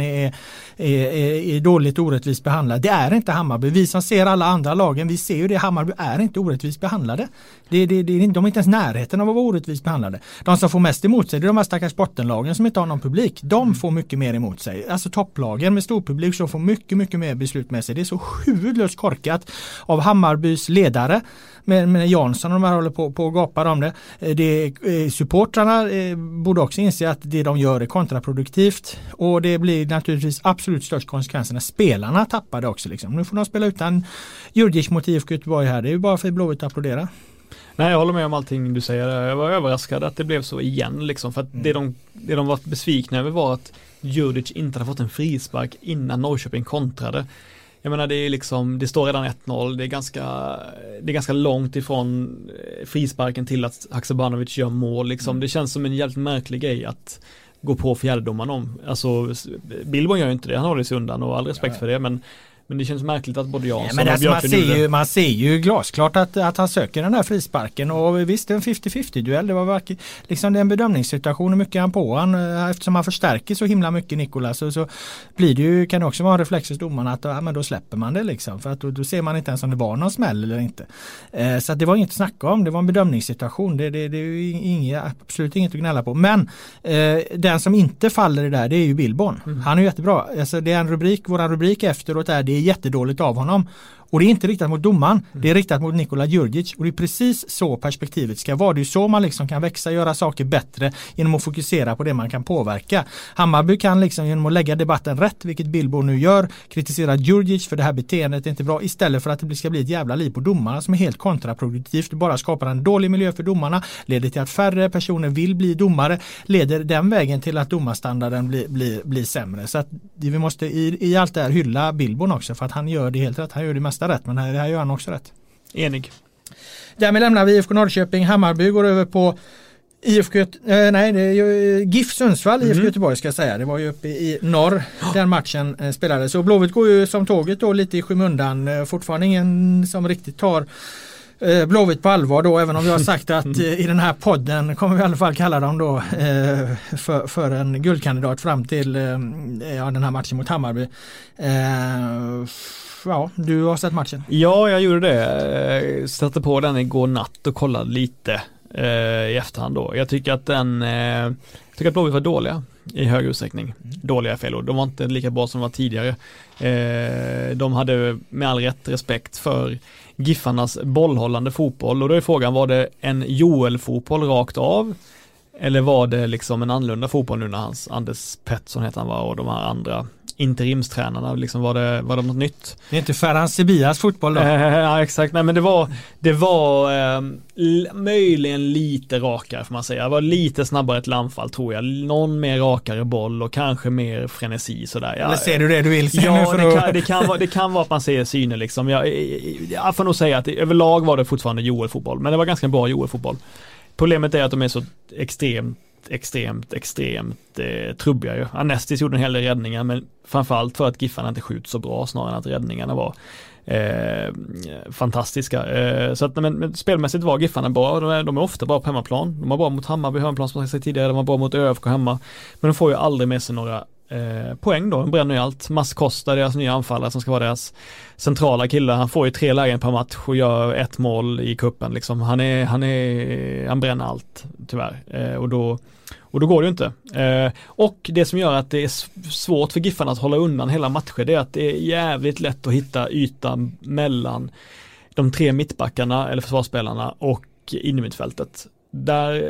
är dåligt orättvist behandlad. Det är inte Hammarby. Vi som ser alla andra lagen, vi ser ju det, Hammarby är inte orättvist behandlade. De är inte ens närheten av att vara orättvist behandlade. De som får mest emot sig, det är de här stackars bottenlagen som inte har någon publik. De får mycket mer emot sig. Alltså topplagen med stor publik som får mycket, mycket mer beslut med sig. Det är så huvudlöst korkat av Hammarbys ledare med Jansson och de här håller på att gapa om det. Supportrarna borde också inse att det de gör är kontraproduktivt och det blir naturligtvis absolut störst konsekvenser när spelarna tappar det också. Liksom. Nu får de spela utan Djurdjic mot IFK Göteborg här. Det är ju bara för Blåvitt att applådera. Nej, jag håller med om allting du säger. Jag var överraskad att det blev så igen liksom, för att det de var besvikna över var att Djurdjic inte hade fått en frispark innan Norrköping kontrade. Jag menar, det är liksom, det står redan 1-0, det är ganska långt ifrån frisparken till att Haksabanovic gör mål liksom. Det känns som en jävligt märklig grej att gå på fjärdedomaren om. Alltså Billborn gör ju inte det, han håller sig undan och all respekt för det, men det känns märkligt att både Jansson och Björklund man ser ju glasklart att han söker den här frisparken och visst, det är en 50-50-duell. Det var liksom det är en bedömningssituation, hur mycket han på han, eftersom han förstärker så himla mycket Nicolas så blir det ju, kan det också vara en reflex hos domarna att men då släpper man det liksom, för att då ser man inte ens om det var någon smäll eller inte. Så att det var inget att snacka om, det var en bedömningssituation, det är ju absolut inget att gnälla på, men den som inte faller i det där, det är ju Billborn. Han är ju jättebra, alltså, det är en rubrik, våran rubrik efteråt är det är jättedåligt av honom. Och det är inte riktat mot domaren, det är riktat mot Nikola Djurdjic och det är precis så perspektivet ska vara. Det är så man liksom kan växa, göra saker bättre genom att fokusera på det man kan påverka. Hammarby kan liksom genom att lägga debatten rätt, vilket Billborn nu gör, kritisera Djurdjic för det här beteendet är inte bra, istället för att det ska bli ett jävla liv på domarna som är helt kontraproduktivt. Det bara skapar en dålig miljö för domarna, leder till att färre personer vill bli domare, leder den vägen till att domarstandarden blir sämre. Så att vi måste i allt det här hylla Billborn också, för att han gör det helt rätt, han gör det mesta rätt, men här gör han också rätt. Enig. Därmed lämnar vi IFK Norrköping. Hammarby går över på GIF Sundsvall, IFK Göteborg ska jag säga. Det var ju uppe i norr den matchen spelades. Så Blåvitt går ju som tåget då lite i skymundan. Fortfarande ingen som riktigt tar Blåvitt på allvar då, även om vi har sagt att i den här podden kommer vi i alla fall kalla dem då för en guldkandidat fram till den här matchen mot Hammarby. Ja, du har sett matchen. Ja, jag gjorde det. Satte på den igår natt och kollade lite i efterhand då. Jag tycker att Blåvitt var dåliga i hög utsträckning. Dåliga fel, och de var inte lika bra som de var tidigare. De hade med all rätt respekt för Giffarnas bollhållande fotboll, och då är frågan, var det en Joel-fotboll rakt av? Eller var det liksom en annorlunda fotboll nu när Anders Pettersson heter han, och de här andra interimstränarna, liksom var det något nytt? Det är inte Ferhan Sibias fotboll då? Ja, exakt. Nej, men det var möjligen lite rakare, får man säga. Det var lite snabbare ett anfall, tror jag. Någon mer rakare boll och kanske mer frenesi sådär. Eller ser du det du vill? Ja, det kan vara att man ser syner liksom. Jag får nog säga att överlag var det fortfarande Joel-fotboll, men det var ganska bra Joel-fotboll. Problemet är att de är så extremt trubbiga ju. Anestis gjorde en hel del räddningar, men framförallt för att Giffarna inte skjuter så bra, snarare än att räddningarna var fantastiska. Så att, men spelmässigt var Giffarna bra. De är ofta bra på hemmaplan. De var bra mot Hammarby hemmaplan, som jag sagt tidigare. De var bra mot ÖFK hemma. Men de får ju aldrig med sig några poäng då. De bränner ju allt. Mas Costa, deras nya anfallare som ska vara deras centrala kille. Han får ju 3 lägen per match och gör 1 mål i kuppen liksom. Han bränner allt tyvärr. Och då går det ju inte. Och det som gör att det är svårt för Giffarna att hålla undan hela matcher, det är att det är jävligt lätt att hitta ytan mellan de 3 mittbackarna eller försvarsspelarna och innermittfältet. Där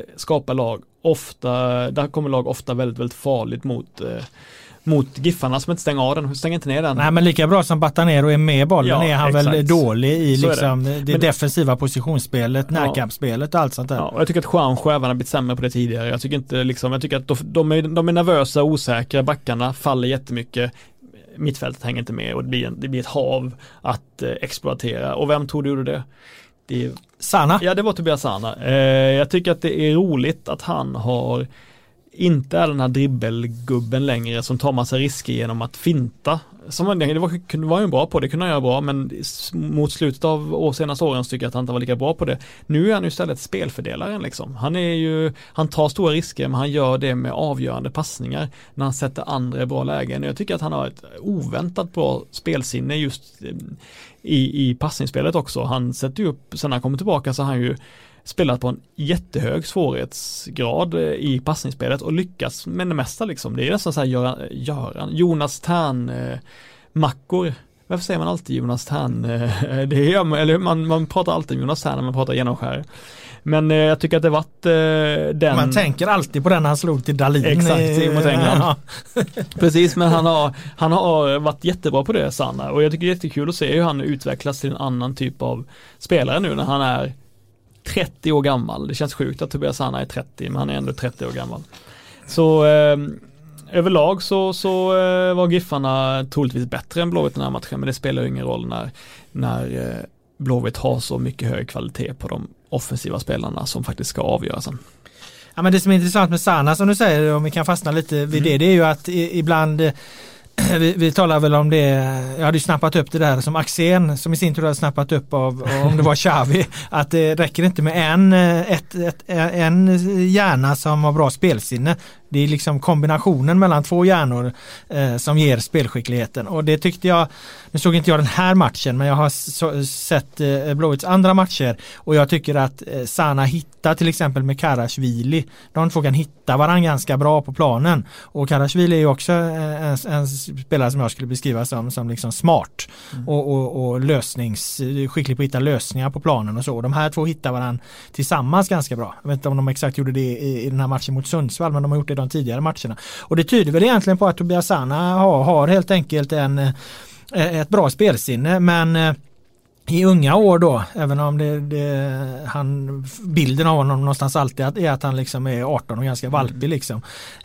kommer lag ofta väldigt, väldigt farligt mot Giffarna som inte stänger av den, stänger inte ner den. Nej, men lika bra som Batanero är med bollen är han exakt. Väl dålig i liksom det defensiva positionsspelet, närkampsspelet och allt sånt där. Ja, jag tycker att Juanjo även har blivit sämre på det tidigare. Jag tycker att de är nervösa, osäkra, backarna faller jättemycket. Mittfältet hänger inte med och det blir ett hav att exploatera. Och vem tror du gjorde det? Sana? Ja, det var Tobias Sana. Jag tycker att det är roligt att han har inte är den här dribbelgubben längre som tar massa risker genom att finta. Det var ju bra på, det kunde han göra bra, men mot slutet av senaste åren tycker jag att han inte var lika bra på det. Nu är han ju istället spelfördelaren liksom. Han tar stora risker, men han gör det med avgörande passningar när han sätter andra i bra lägen. Jag tycker att han har ett oväntat bra spelsinne just i passningsspelet också. Han sätter ju upp, sen han kommer tillbaka så har han ju spelat på en jättehög svårighetsgrad i passningsspelet och lyckas med det mesta liksom. Det är nästan så här Jonas Tern mackor. Varför säger man alltid Jonas Tern? Man pratar alltid Jonas Tern när man pratar genomskär. Men jag tycker att det varit den... Man tänker alltid på den han slog till Dahlin. Exakt, mot England. Ja. Precis, men han har varit jättebra på det, Sanna. Och jag tycker det är jättekul att se hur han utvecklas till en annan typ av spelare nu när han är 30 år gammal. Det känns sjukt att Tobias Sanna är 30, men han är ändå 30 år gammal. Så överlag så var Giffarna troligtvis bättre än Blåvitt den här matchen, men det spelar ju ingen roll när Blåvitt har så mycket hög kvalitet på de offensiva spelarna som faktiskt ska avgöra sen. Ja, men det som är intressant med Sanna, som du säger, om vi kan fastna lite vid det är ju att ibland vi talar väl om det, jag hade ju snappat upp det där som Axén som i sin tur hade snappat upp av om det var Xavi, att det räcker inte med en hjärna som har bra spelsinne. Det är liksom kombinationen mellan två hjärnor som ger spelskickligheten, och det tyckte jag, nu såg inte jag den här matchen, men jag har sett Blåvitts andra matcher, och jag tycker att Sana hittar till exempel med Karashvili, de två kan hitta varandra ganska bra på planen, och Karashvili är ju också en spelare som jag skulle beskriva som liksom smart och skicklig på att hitta lösningar på planen och så. De här två hittar varandra tillsammans ganska bra. Jag vet inte om de exakt gjorde det i den här matchen mot Sundsvall, men de har gjort det de tidigare matcherna. Och det tyder väl egentligen på att Tobias Sana har helt enkelt ett bra spelsinne, men i unga år då, även om bilden av honom någonstans alltid är att han liksom är 18 och ganska valpig liksom,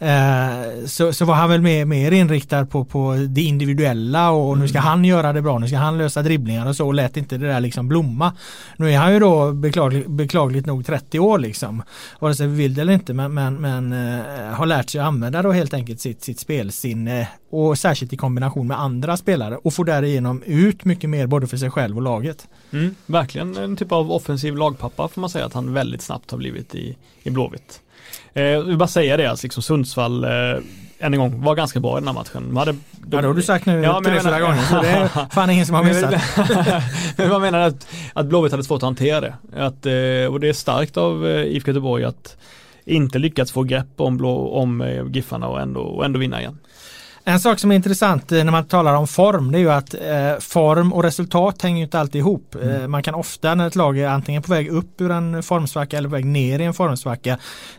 så var han väl mer inriktad på det individuella, och nu ska han göra det bra, nu ska han lösa dribblingar och så, och lät inte det där liksom blomma. Nu är han ju då beklagligt nog 30 år liksom, vare sig vi vill det eller inte, men har lärt sig att använda då helt enkelt sitt spelsinne, och särskilt i kombination med andra spelare, och får därigenom ut mycket mer både för sig själv och laget. Verkligen en typ av offensiv lagpappa, får man säga att han väldigt snabbt har blivit i Blåvitt. Jag vill bara säga det, alltså liksom Sundsvall än en gång var ganska bra i den här matchen. Det har du sagt nu 3-4 gånger, så det är fan ingen som har missat. Men man menar att Blåvitt hade svårt att hantera det. Och det är starkt av IFK Göteborg att inte lyckats få grepp om Giffarna och ändå vinna igen. En sak som är intressant när man talar om form, det är ju att form och resultat hänger ju inte alltid ihop. Man kan ofta, när ett lag är antingen på väg upp ur en formsvacka eller på väg ner i en formsvacka,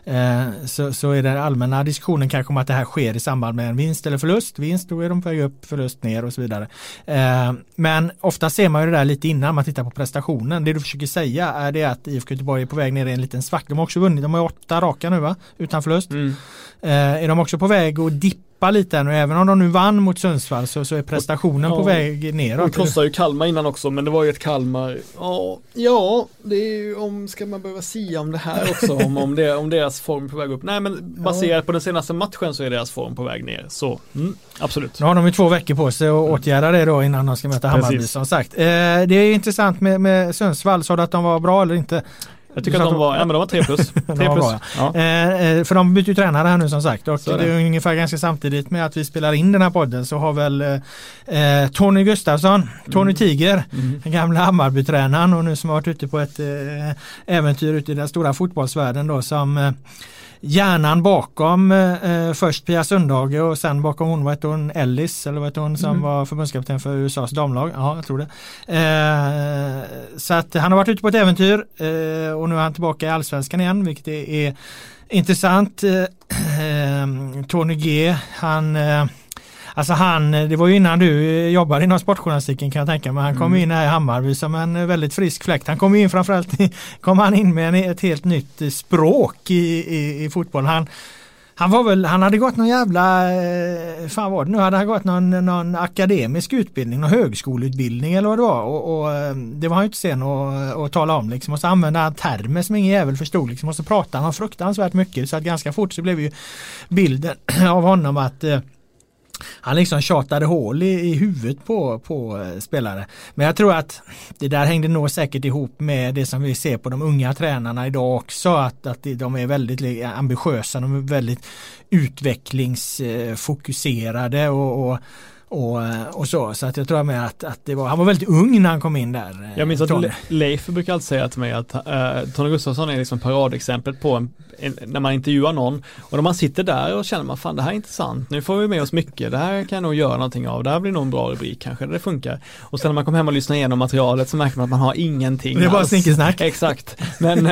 så är den allmänna diskussionen kanske om att det här sker i samband med en vinst eller förlust. Vinst, då är de på väg upp, förlust ner och så vidare. Men ofta ser man ju det där lite innan man tittar på prestationen. Det du försöker säga är det att IFK Göteborg är på väg ner i en liten svacka. De har också vunnit, de har 8 raka nu va? Utan förlust. Är de också på väg att dippa lite nu, även om de nu vann mot Sundsvall, så är prestationen på väg neråt. De krossade ju Kalmar innan också, men det var ju ett Kalmar. Ja, det är ju ska man behöva säga om det här också, om deras form på väg upp. Nej, men baserat på den senaste matchen så är deras form på väg ner. Så, absolut. Nu har de ju 2 veckor på sig att åtgärda det då innan de ska möta Hammarby, som sagt. Det är intressant med Sundsvall, så att de var bra eller inte? Jag tycker att de var 3 plus. 3 plus. Ja. För de byter ju tränare här nu, som sagt, och det är ungefär ganska samtidigt med att vi spelar in den här podden, så har väl Tony Gustafsson, Tony Tiger, den gamla Hammarby-tränaren, och nu som har varit ute på ett äventyr ute i den stora fotbollsvärlden då, som hjärnan bakom först Pia Sundhage och sen bakom hon Ellis, eller vad hon som var förbundskapten för USAs damlag. Ja, jag tror det. Så att han har varit ute på ett äventyr, och nu är han tillbaka i Allsvenskan igen, vilket är intressant. Tony G, det var ju innan du jobbade inom sportjournalistiken, kan jag tänka mig. Han kom in här i Hammarby som en väldigt frisk fläkt. Han kom in framförallt med ett helt nytt språk i fotboll. Han hade gått någon jävla, fan var det nu, hade han gått någon akademisk utbildning, någon högskoleutbildning eller vad det var, och det var han ju inte sen att tala om liksom, och så använde han termer som ingen jävel förstod liksom, och så pratade han fruktansvärt mycket, så att ganska fort så blev ju bilden av honom att han liksom tjatade hål i huvudet på spelare. Men jag tror att det där hängde nog säkert ihop med det som vi ser på de unga tränarna idag också, att de är väldigt ambitiösa, de är väldigt utvecklingsfokuserade och så att jag tror med att det var, han var väldigt ung när han kom in där. Jag minns att Leif brukar alltid säga till mig att Tony Gustafsson är liksom paradexemplet på när man intervjuar någon, och när man sitter där och känner man, fan det här är intressant, nu får vi med oss mycket, det här kan jag nog göra någonting av, det här blir nog en bra rubrik kanske, det funkar. Och sen när man kommer hem och lyssnar igenom materialet så märker man att man har ingenting. Det är bara snickesnack. Exakt. Men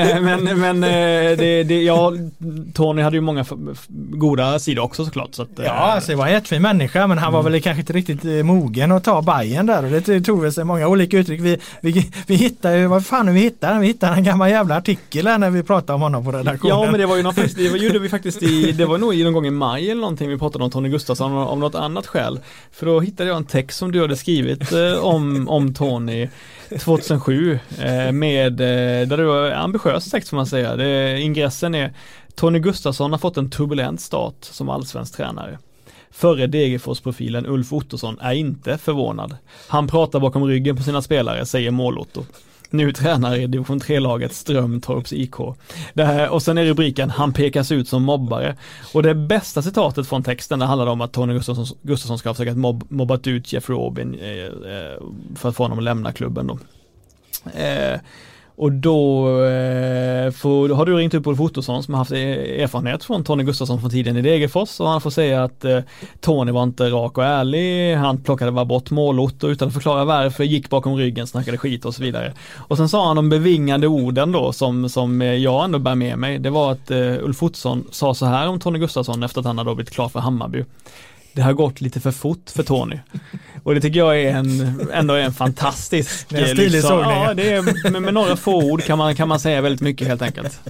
Tony hade ju många goda sidor också såklart. Så att, ja, alltså det var en jättefin människa, men han var väl kanske inte riktigt mogen att ta Bayern där, och det tog väl sig många olika uttryck. Vi hittade ju, vad fan vi hittade en gammal jävla artikel här när vi pratade om honom på redaktionen. Ja, men det var ju gjorde vi faktiskt det var nog någon gång i maj eller någonting, vi pratade om Tony Gustafsson om något annat skäl. För då hittade jag en text som du hade skrivit om Tony 2007 där det var ambitiös text får man säga. Ingressen är: Tony Gustafsson har fått en turbulent start som allsvensk tränare. Förre Degerfors-profilen Ulf Ottosson är inte förvånad. Han pratar bakom ryggen på sina spelare, säger Mål-Otto. Nu tränar i division 3-laget Strömtorps IK. Och sen är rubriken: han pekas ut som mobbare. Och det bästa citatet från texten handlar om att Tony Gustafsson ska ha försökt mobbat ut Jeff Robin för att få honom att lämna klubben då. Och då har du ringt upp Ulf Ottosson som har haft erfarenhet från Tony Gustafsson från tiden i Degerfors, och han får säga att Tony var inte rak och ärlig, han plockade bara bort Mål-Otto utan att förklara varför, gick bakom ryggen, snackade skit och så vidare. Och sen sa han de bevingade orden då som jag ändå bär med mig. Det var att Ulf Ottosson sa så här om Tony Gustafsson efter att han hade blivit klar för Hammarby: det har gått lite för fort för Tony. Och det tycker jag ändå är en fantastisk stilig sågning. Ja, det är, med några få ord kan man säga väldigt mycket helt enkelt.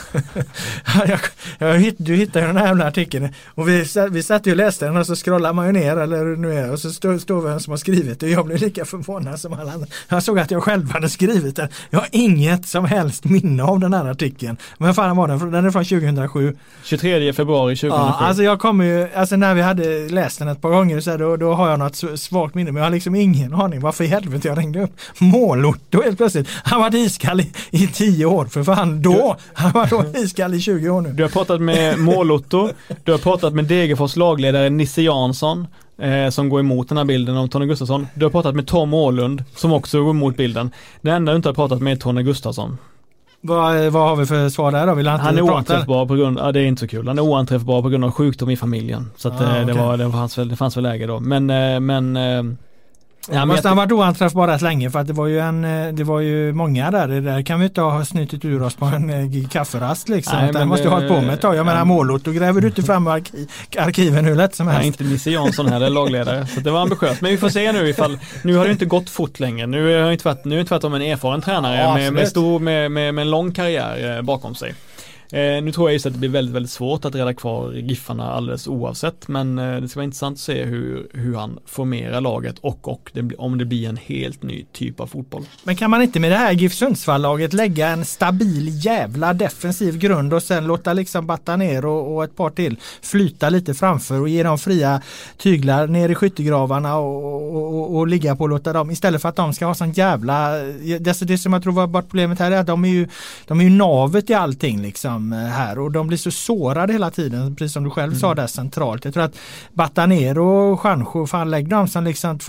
Du hittade ju den här jävla artikeln, och vi satt ju och läste den, och så scrollar man ju ner eller nu är, och så står vem som har skrivit det, och jag blev lika förvånad som alla andra. Jag såg att jag själv hade skrivit den. Jag har inget som helst minne av den här artikeln. Men fan var den? Den är från 2007. 23 februari 2007. Ja, alltså jag kommer ju, alltså när vi hade läst den ett par gånger så här, då har jag något svagt minne, men jag har liksom ingen aning varför i helvete jag ringde upp Mål-Otto helt plötsligt. Han var iskall i 10 år för fan då. Han var då iskall i 20 år nu. Du har pratat med Mål-Otto, du har pratat med Degerfors lagledare Nisse Jansson som går emot den här bilden om Tony Gustafsson. Du har pratat med Tom Åhlund som också går emot bilden. Det enda du inte har pratat med är Tony Gustafsson. Vad har vi för svar där då? Han är oanträffbar på grund av, det är inte så kul. Han är oanträffbar på grund av sjukdom i familjen. Så att det fanns väl läge då. Men Ja, måste han varit oanträffbar rätt länge, för att det var ju många där. Det där kan vi inte ha snutit ur oss på en kafferast liksom. Nej, men måste ha hållit på med ett tag. Jag menar Mål-Otto gräver du inte fram arkiven hur lätt som helst. Nej, inte Nisse Jansson här, lagledare. Så det var ambitiöst. Men vi får se nu ifall, nu har det inte gått fort länge. Nu har det inte varit om en erfaren tränare med en lång karriär bakom sig. Nu tror jag just att det blir väldigt, väldigt svårt att rädda kvar Giffarna alldeles oavsett, men det ska vara intressant att se hur han formerar laget och om det blir en helt ny typ av fotboll. Men kan man inte med det här GIF Sundsvall-laget lägga en stabil jävla defensiv grund och sen låta liksom Batanero och ett par till flyta lite framför och ge dem fria tyglar ner i skyttegravarna och ligga på och låta dem, istället för att de ska ha sån jävla, det som jag tror var bara problemet här är att de är ju navet i allting liksom här, och de blir så sårade hela tiden, precis som du själv sa där centralt. Jag tror att Batanero och Juanjo, fan lägg dem som liksom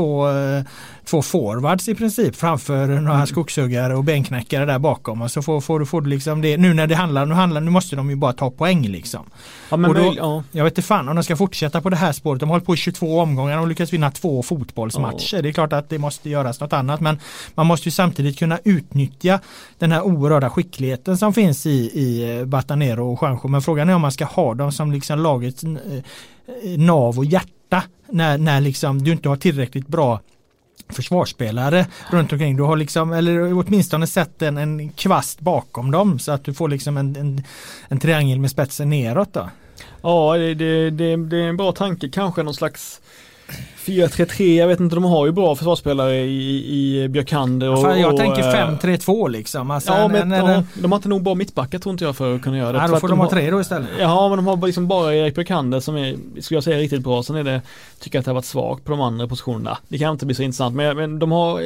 två forwards i princip framför några skogshuggare och bänknäckare där bakom, och så får du liksom det, nu när det handlar, nu måste de ju bara ta poäng liksom. Ja, men och då, jag vet inte fan om de ska fortsätta på det här spåret. De har hållit på i 22 omgångar och lyckats vinna 2 fotbollsmatcher. Det är klart att det måste göras något annat, men man måste ju samtidigt kunna utnyttja den här oerhörda skickligheten som finns i Batanero och Juanjo. Men frågan är om man ska ha dem som liksom lagets nav och hjärta när liksom du inte har tillräckligt bra försvarsspelare runt omkring. Du har liksom, eller åtminstone sett en kvast bakom dem så att du får liksom en triangel med spetsen neråt då. Ja, det är en bra tanke. Kanske någon slags 4-3-3, jag vet inte, de har ju bra försvarsspelare i Björkander och... Jag tänker 5-3-2 liksom. Alltså de har inte nog bra mittbackar tror inte jag för att kunna göra det. Ja, då får de ha 3 då istället. Ja, men de har liksom bara Erik Björkander som är, skulle jag säga, riktigt bra. Sen tycker jag att det har varit svagt på de andra positionerna. Det kan inte bli så intressant, men de har,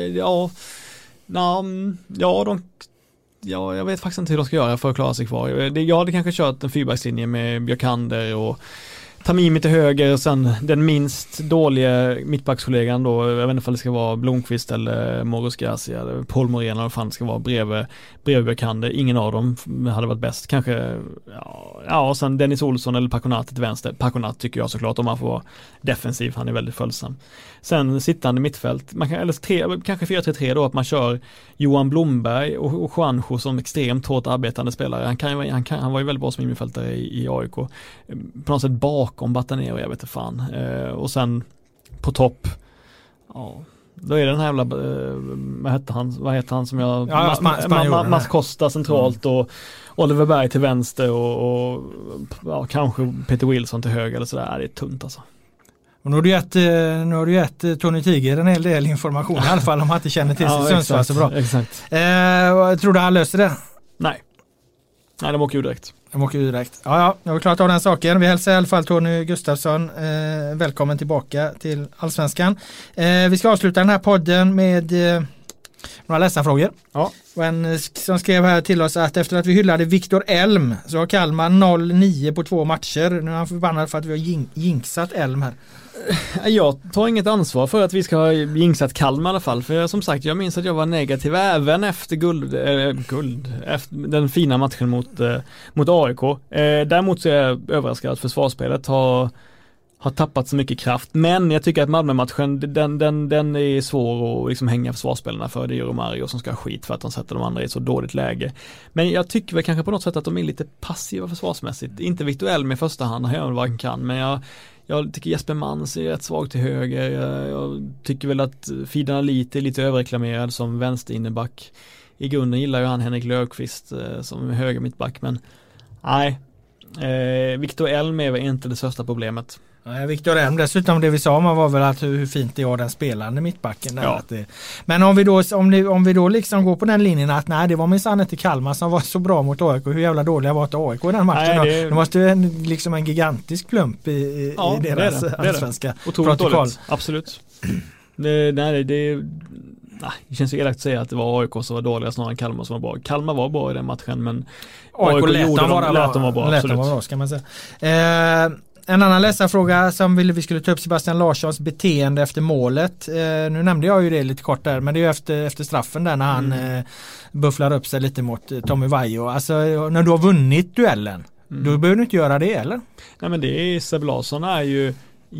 jag vet faktiskt inte hur de ska göra för att klara sig kvar. Jag hade kanske kört en 4-backslinje med Björkander och Tamimi till höger och sen den minst dåliga mittbackskollegan då, jag vet inte om det ska vara Blomqvist eller Morris Garcia eller Paul Morena eller vad fan det ska vara bredvid Björkander. Ingen av dem hade varit bäst. Kanske, och sen Dennis Olsson eller Paconat till vänster. Paconat tycker jag såklart om man får vara defensiv, han är väldigt följsam. Sen sittande mittfält, kanske 4-3-3 då, att man kör Johan Blomberg och Juanjo som extremt hårt arbetande spelare. Han var ju väldigt bra som innermittfältare i AIK. På något sätt bakom Batanero, jag vet inte fan. Och sen på topp, då är det den här jävla, vad heter han som jag... Mas Costa centralt och Oliver Berg till vänster och kanske Peter Wilson till höger eller sådär. Det är tunt alltså. Och nu har du gett Tony Tiger en hel del information i alla fall om han inte känner till sig Sundsvall så bra. Exakt. Tror du han löser det? Nej, de åker ju direkt. Ja, jag har klart av den saken. Vi hälsar i alla fall Tony Gustafsson välkommen tillbaka till Allsvenskan. Vi ska avsluta den här podden med några läsarfrågor. Ja. En som skrev här till oss att efter att vi hyllade Viktor Elm så har Kalmar 0-9 på 2 matcher. Nu är han förbannad för att vi har jinxat Elm här. Jag tar inget ansvar för att vi ska ha jinxat Kalmar i alla fall. För som sagt, jag minns att jag var negativ även efter efter den fina matchen mot AIK. Däremot så är jag överraskad att försvarsspelet har tappat så mycket kraft. Men jag tycker att Malmö-matchen den är svår att liksom hänga försvarsspelarna för. Det är Romario som ska ha skit för att de sätter de andra i ett så dåligt läge. Men jag tycker väl kanske på något sätt att de är lite passiva försvarsmässigt. Inte Viktor Elm i första hand, han gör vad han kan. Men jag tycker Jesper Mans är rätt svag till höger. Jag tycker väl att Fidan är lite överreklamerad som vänsterinneback. I grunden gillar ju han Henrik Löfqvist som höger mittback. Men nej, Viktor Elm är inte det största problemet. Viktor Elm, dessutom det vi sa man var väl att hur fint det var den spelande mittbacken där. Ja. Men om vi då liksom går på den linjen att nej, det var minsann inte Kalmar som var så bra mot AIK, hur jävla dåliga var inte AIK i den matchen? Nej, det måste ju liksom en gigantisk plump i deras allsvenska protokoll. Absolut. Det känns ju elakt att säga att det var AIK som var dåliga snarare än Kalmar som var bra. Kalmar var bra i den matchen, men AIK lät dem vara bra. Absolut. Ska man säga. En annan läsarfråga som vi skulle ta upp Sebastian Larssons beteende efter målet. Nu nämnde jag ju det lite kort där, men det är ju efter straffen där när han bufflar upp sig lite mot Tommy Vaiho. Alltså när du har vunnit duellen, då behöver du inte göra det, eller? Nej, men det är Seb Larsson är ju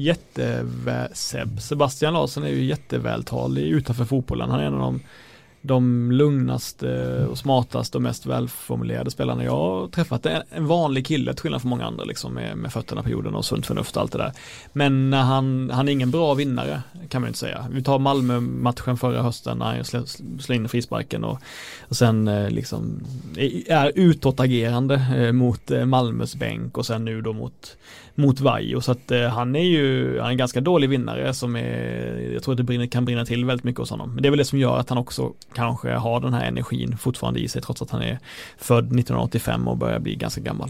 Sebastian Larsson är ju jättevältalig utanför fotbollen. Han är en av de lugnaste och smartaste och mest välformulerade spelarna jag har träffat. En vanlig kille, till skillnad från många andra liksom, med fötterna på jorden och sunt förnuft och allt det där. Men när han är ingen bra vinnare, kan man inte säga. Vi tar Malmö-matchen förra hösten när han slår in frisparken och sen liksom är utåtagerande mot Malmös bänk och sen nu då mot Vaiho. Så att han är en ganska dålig vinnare som jag tror att det kan brinna till väldigt mycket hos honom. Men det är väl det som gör att han också kanske har den här energin fortfarande i sig trots att han är född 1985 och börjar bli ganska gammal.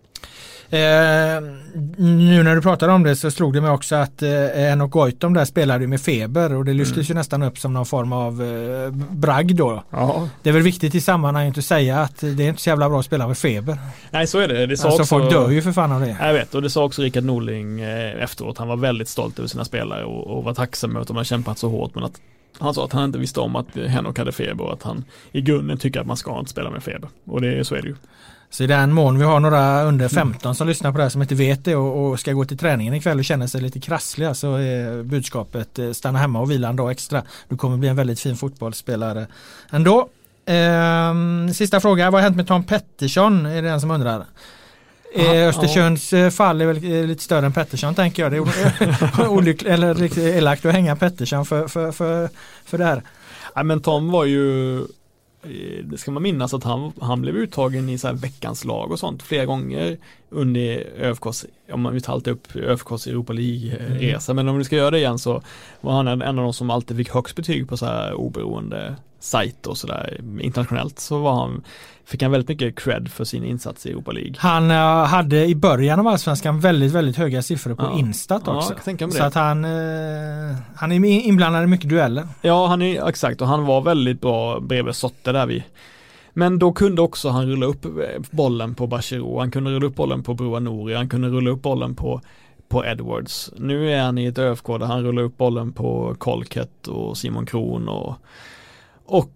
Nu när du pratade om det så slog det mig också att Henok Goitom där spelade med feber och det lyftes ju nästan upp som någon form av bragd då. Ja. Det är väl viktigt i sammanhanget att säga att det är inte så jävla bra att spela med feber. Nej, så är det. Det sa alltså också, folk dör ju för fan av det. Jag vet, och det sa också Rickard Norling efteråt. Han var väldigt stolt över sina spelare och var tacksam med att de har kämpat så hårt, men att han sa att han inte visste om att Henok hade feber och att han i grunden tycker att man ska inte spela med feber. Och så är det ju. Så i den mån vi har några under 15 som lyssnar på det här som inte vet det och ska gå till träningen ikväll och känner sig lite krassliga, så är budskapet stanna hemma och vila en dag extra. Du kommer bli en väldigt fin fotbollsspelare ändå. Sista fråga, vad har hänt med Tom Pettersson? Är det den som undrar? Östersunds fall är väl lite större än Pettersson, tänker jag. Det är olyckligt eller riktigt elakt att hänga Pettersson för det här. Ja, men Tom var ju, det ska man minnas, att han blev uttagen i så här veckans lag och sånt flera gånger under ÖFKs, om man vill ta allt upp ÖFKs Europa League-resa, men om vi ska göra det igen så var han en av de som alltid fick högst betyg på så här oberoende sajt och sådär. Internationellt så fick han väldigt mycket cred för sin insats i Europa League. Han hade i början av Allsvenskan väldigt, väldigt höga siffror på Instat också. Ja, jag tänker mig så det. att han är inblandad i mycket dueller. Ja, exakt, och han var väldigt bra bredvid Sotte där Men då kunde också han rulla upp bollen på Bachirou, han kunde rulla upp bollen på Broa Nouri, han kunde rulla upp bollen på Edwards. Nu är han i ett ÖFK där han rullar upp bollen på Kolket och Simon Kron och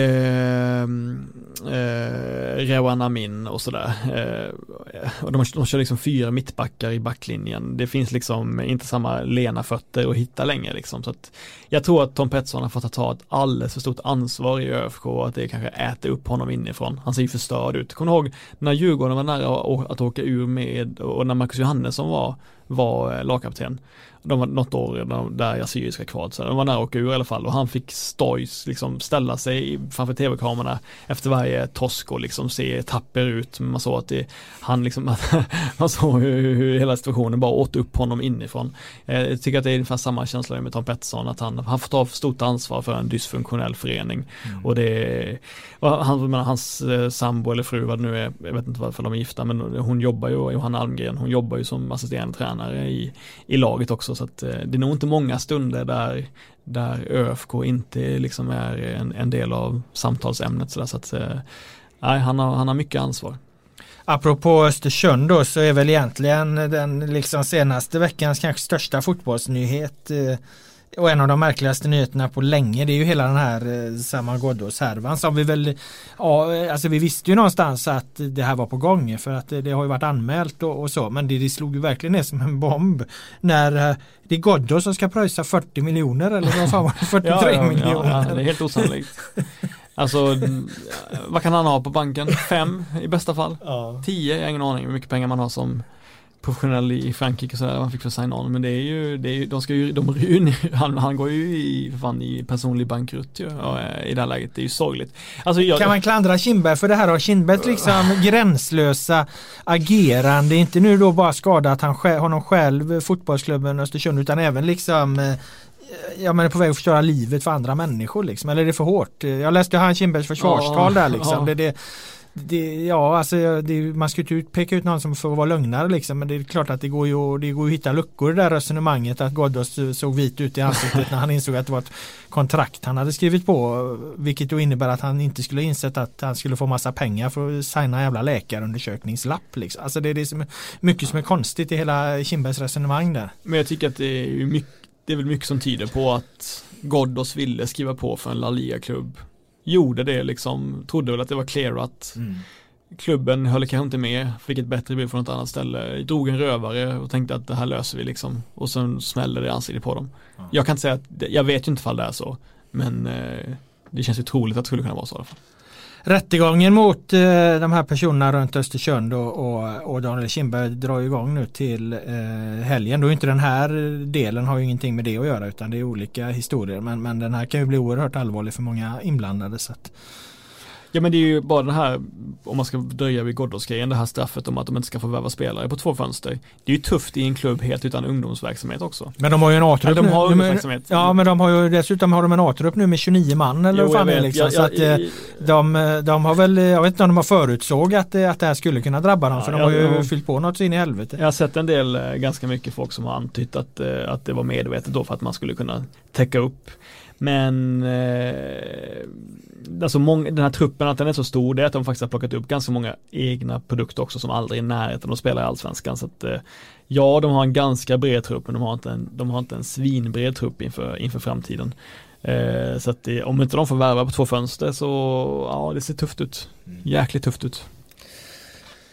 Rewan Amin och sådär. Och de kör liksom 4 mittbackar i backlinjen. Det finns liksom inte samma lena fötter att hitta längre liksom. Så att jag tror att Tom Pettersson har fått ta ett alldeles för stort ansvar i ÖFK och att det kanske äter upp honom inifrån. Han ser ju förstörd ut. Kommer ihåg när Djurgården var nära att åka ur med, och när Marcus Johannesson var lagkapten. De var något år där jag syriska kvad, så de var nära att åka ur i alla fall, och han fick liksom ställa sig framför tv-kamerorna efter varje torsk och liksom se tapper ut. Man såg att man såg hur hela situationen bara åt upp honom inifrån. Jag tycker att det är ungefär samma känsla med Tom Pettersson, att han får ta stort ansvar för en dysfunktionell förening. Och hans sambo eller fru, vad det nu är, jag vet inte varför de är gifta, men hon jobbar ju, Johanna Almgren, hon jobbar ju som assisterande tränare i laget också, så att det är nog inte många stunder där ÖFK inte liksom är en del av samtalsämnet, så att nej, han har mycket ansvar. Apropå Östersund då, så är väl egentligen den liksom senaste veckans kanske största fotbollsnyhet och en av de märkligaste nyheterna på länge, det är ju hela den här Samuel Ghoddos-härvan som vi väl, alltså vi visste ju någonstans att det här var på gång, för att det har ju varit anmält och så, men det slog ju verkligen ner som en bomb när det är Ghoddos som ska pröjsa 40 miljoner eller vad fan var det, 43 miljoner. Ja, det är helt osannolikt. Alltså, vad kan han ha på banken? 5 i bästa fall. 10, jag har ingen aning hur mycket pengar man har som professionell i Frankrike, så där man fick för sign-on, men det är ju han går ju i personlig bankrutt i det här läget. Det är ju sorgligt. Alltså, kan man klandra Kindberg för det här? Har Kindberg liksom gränslösa agerande, inte nu då bara skada att honom själv, fotbollsklubben Östersund, utan även liksom man är på väg att förstöra livet för andra människor liksom, eller är det för hårt? Jag läste ju Kindbergs försvarstal där liksom. Man ska ju peka ut någon som får vara lögnare liksom, men det är klart att det går ju att hitta luckor i det där resonemanget, att Ghoddos såg vit ut i ansiktet när han insåg att det var ett kontrakt han hade skrivit på, vilket då innebär att han inte skulle insett att han skulle få massa pengar för att signa en jävla läkarundersökningslapp liksom. Alltså det är som mycket som är konstigt i hela Kindbergs resonemang där. Men jag tycker att det är väl mycket som tyder på att Ghoddos ville skriva på för en La Liga-klubb. Gjorde det liksom, trodde väl att det var clearat. Klubben höll kanske inte med, fick ett bättre bud från något annat ställe, drog en rövare och tänkte att det här löser vi liksom, och sen smällde det ansiktet på dem. Jag kan inte säga att, jag vet ju inte fall det är så, men det känns ju troligt att det skulle kunna vara så i alla fall. Rättegången mot de här personerna runt Östersund och Daniel Kindberg drar igång nu till helgen. Då är inte den här delen, har ju ingenting med det att göra, utan det är olika historier. Men den här kan ju bli oerhört allvarlig för många inblandade. Så att... Ja, men det är ju bara det här, om man ska dröja vid Ghoddos-grejen, det här straffet om att de inte ska få värva spelare på 2 fönster. Det är ju tufft i en klubb helt utan ungdomsverksamhet också. Men de har ju en A-trupp nu. Ungdomsverksamhet. Ja, men de har ju dessutom har de en A-trupp nu med 29 man eller vad fan det är liksom. Så att de har väl, jag vet inte om de har förutsåg att det här skulle kunna drabba dem, för de har ju fyllt på något så in i helvete. Jag har sett en del, ganska mycket folk som har antytt att det var medvetet då för att man skulle kunna täcka upp. Men alltså den här truppen, att den är så stor, det är att de faktiskt har plockat upp ganska många egna produkter också som aldrig är i närheten att spela i Allsvenskan. Så att de har en ganska bred trupp, men de har inte en svinbred trupp inför framtiden. Så att om inte de får värva på 2 fönster så det ser tufft ut. Jäkligt tufft ut.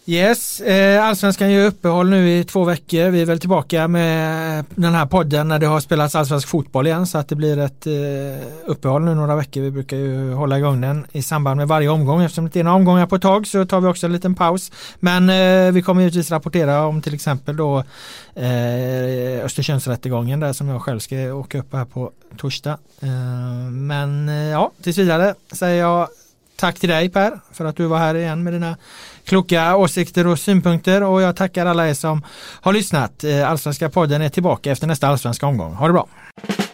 Yes, Allsvenskan gör uppehåll nu i 2 veckor. Vi är väl tillbaka med den här podden när det har spelats allsvensk fotboll igen, så att det blir ett uppehåll nu några veckor. Vi brukar ju hålla igång den i samband med varje omgång. Eftersom det inte är några omgångar på ett tag så tar vi också en liten paus. Men vi kommer givetvis rapportera om till exempel då Östersundsrättegången där som jag själv ska åka upp här på torsdag. Men ja, tills vidare säger jag tack till dig Per för att du var här igen med dina kloka åsikter och synpunkter, och jag tackar alla er som har lyssnat. Allsvenska podden är tillbaka efter nästa allsvenska omgång. Ha det bra!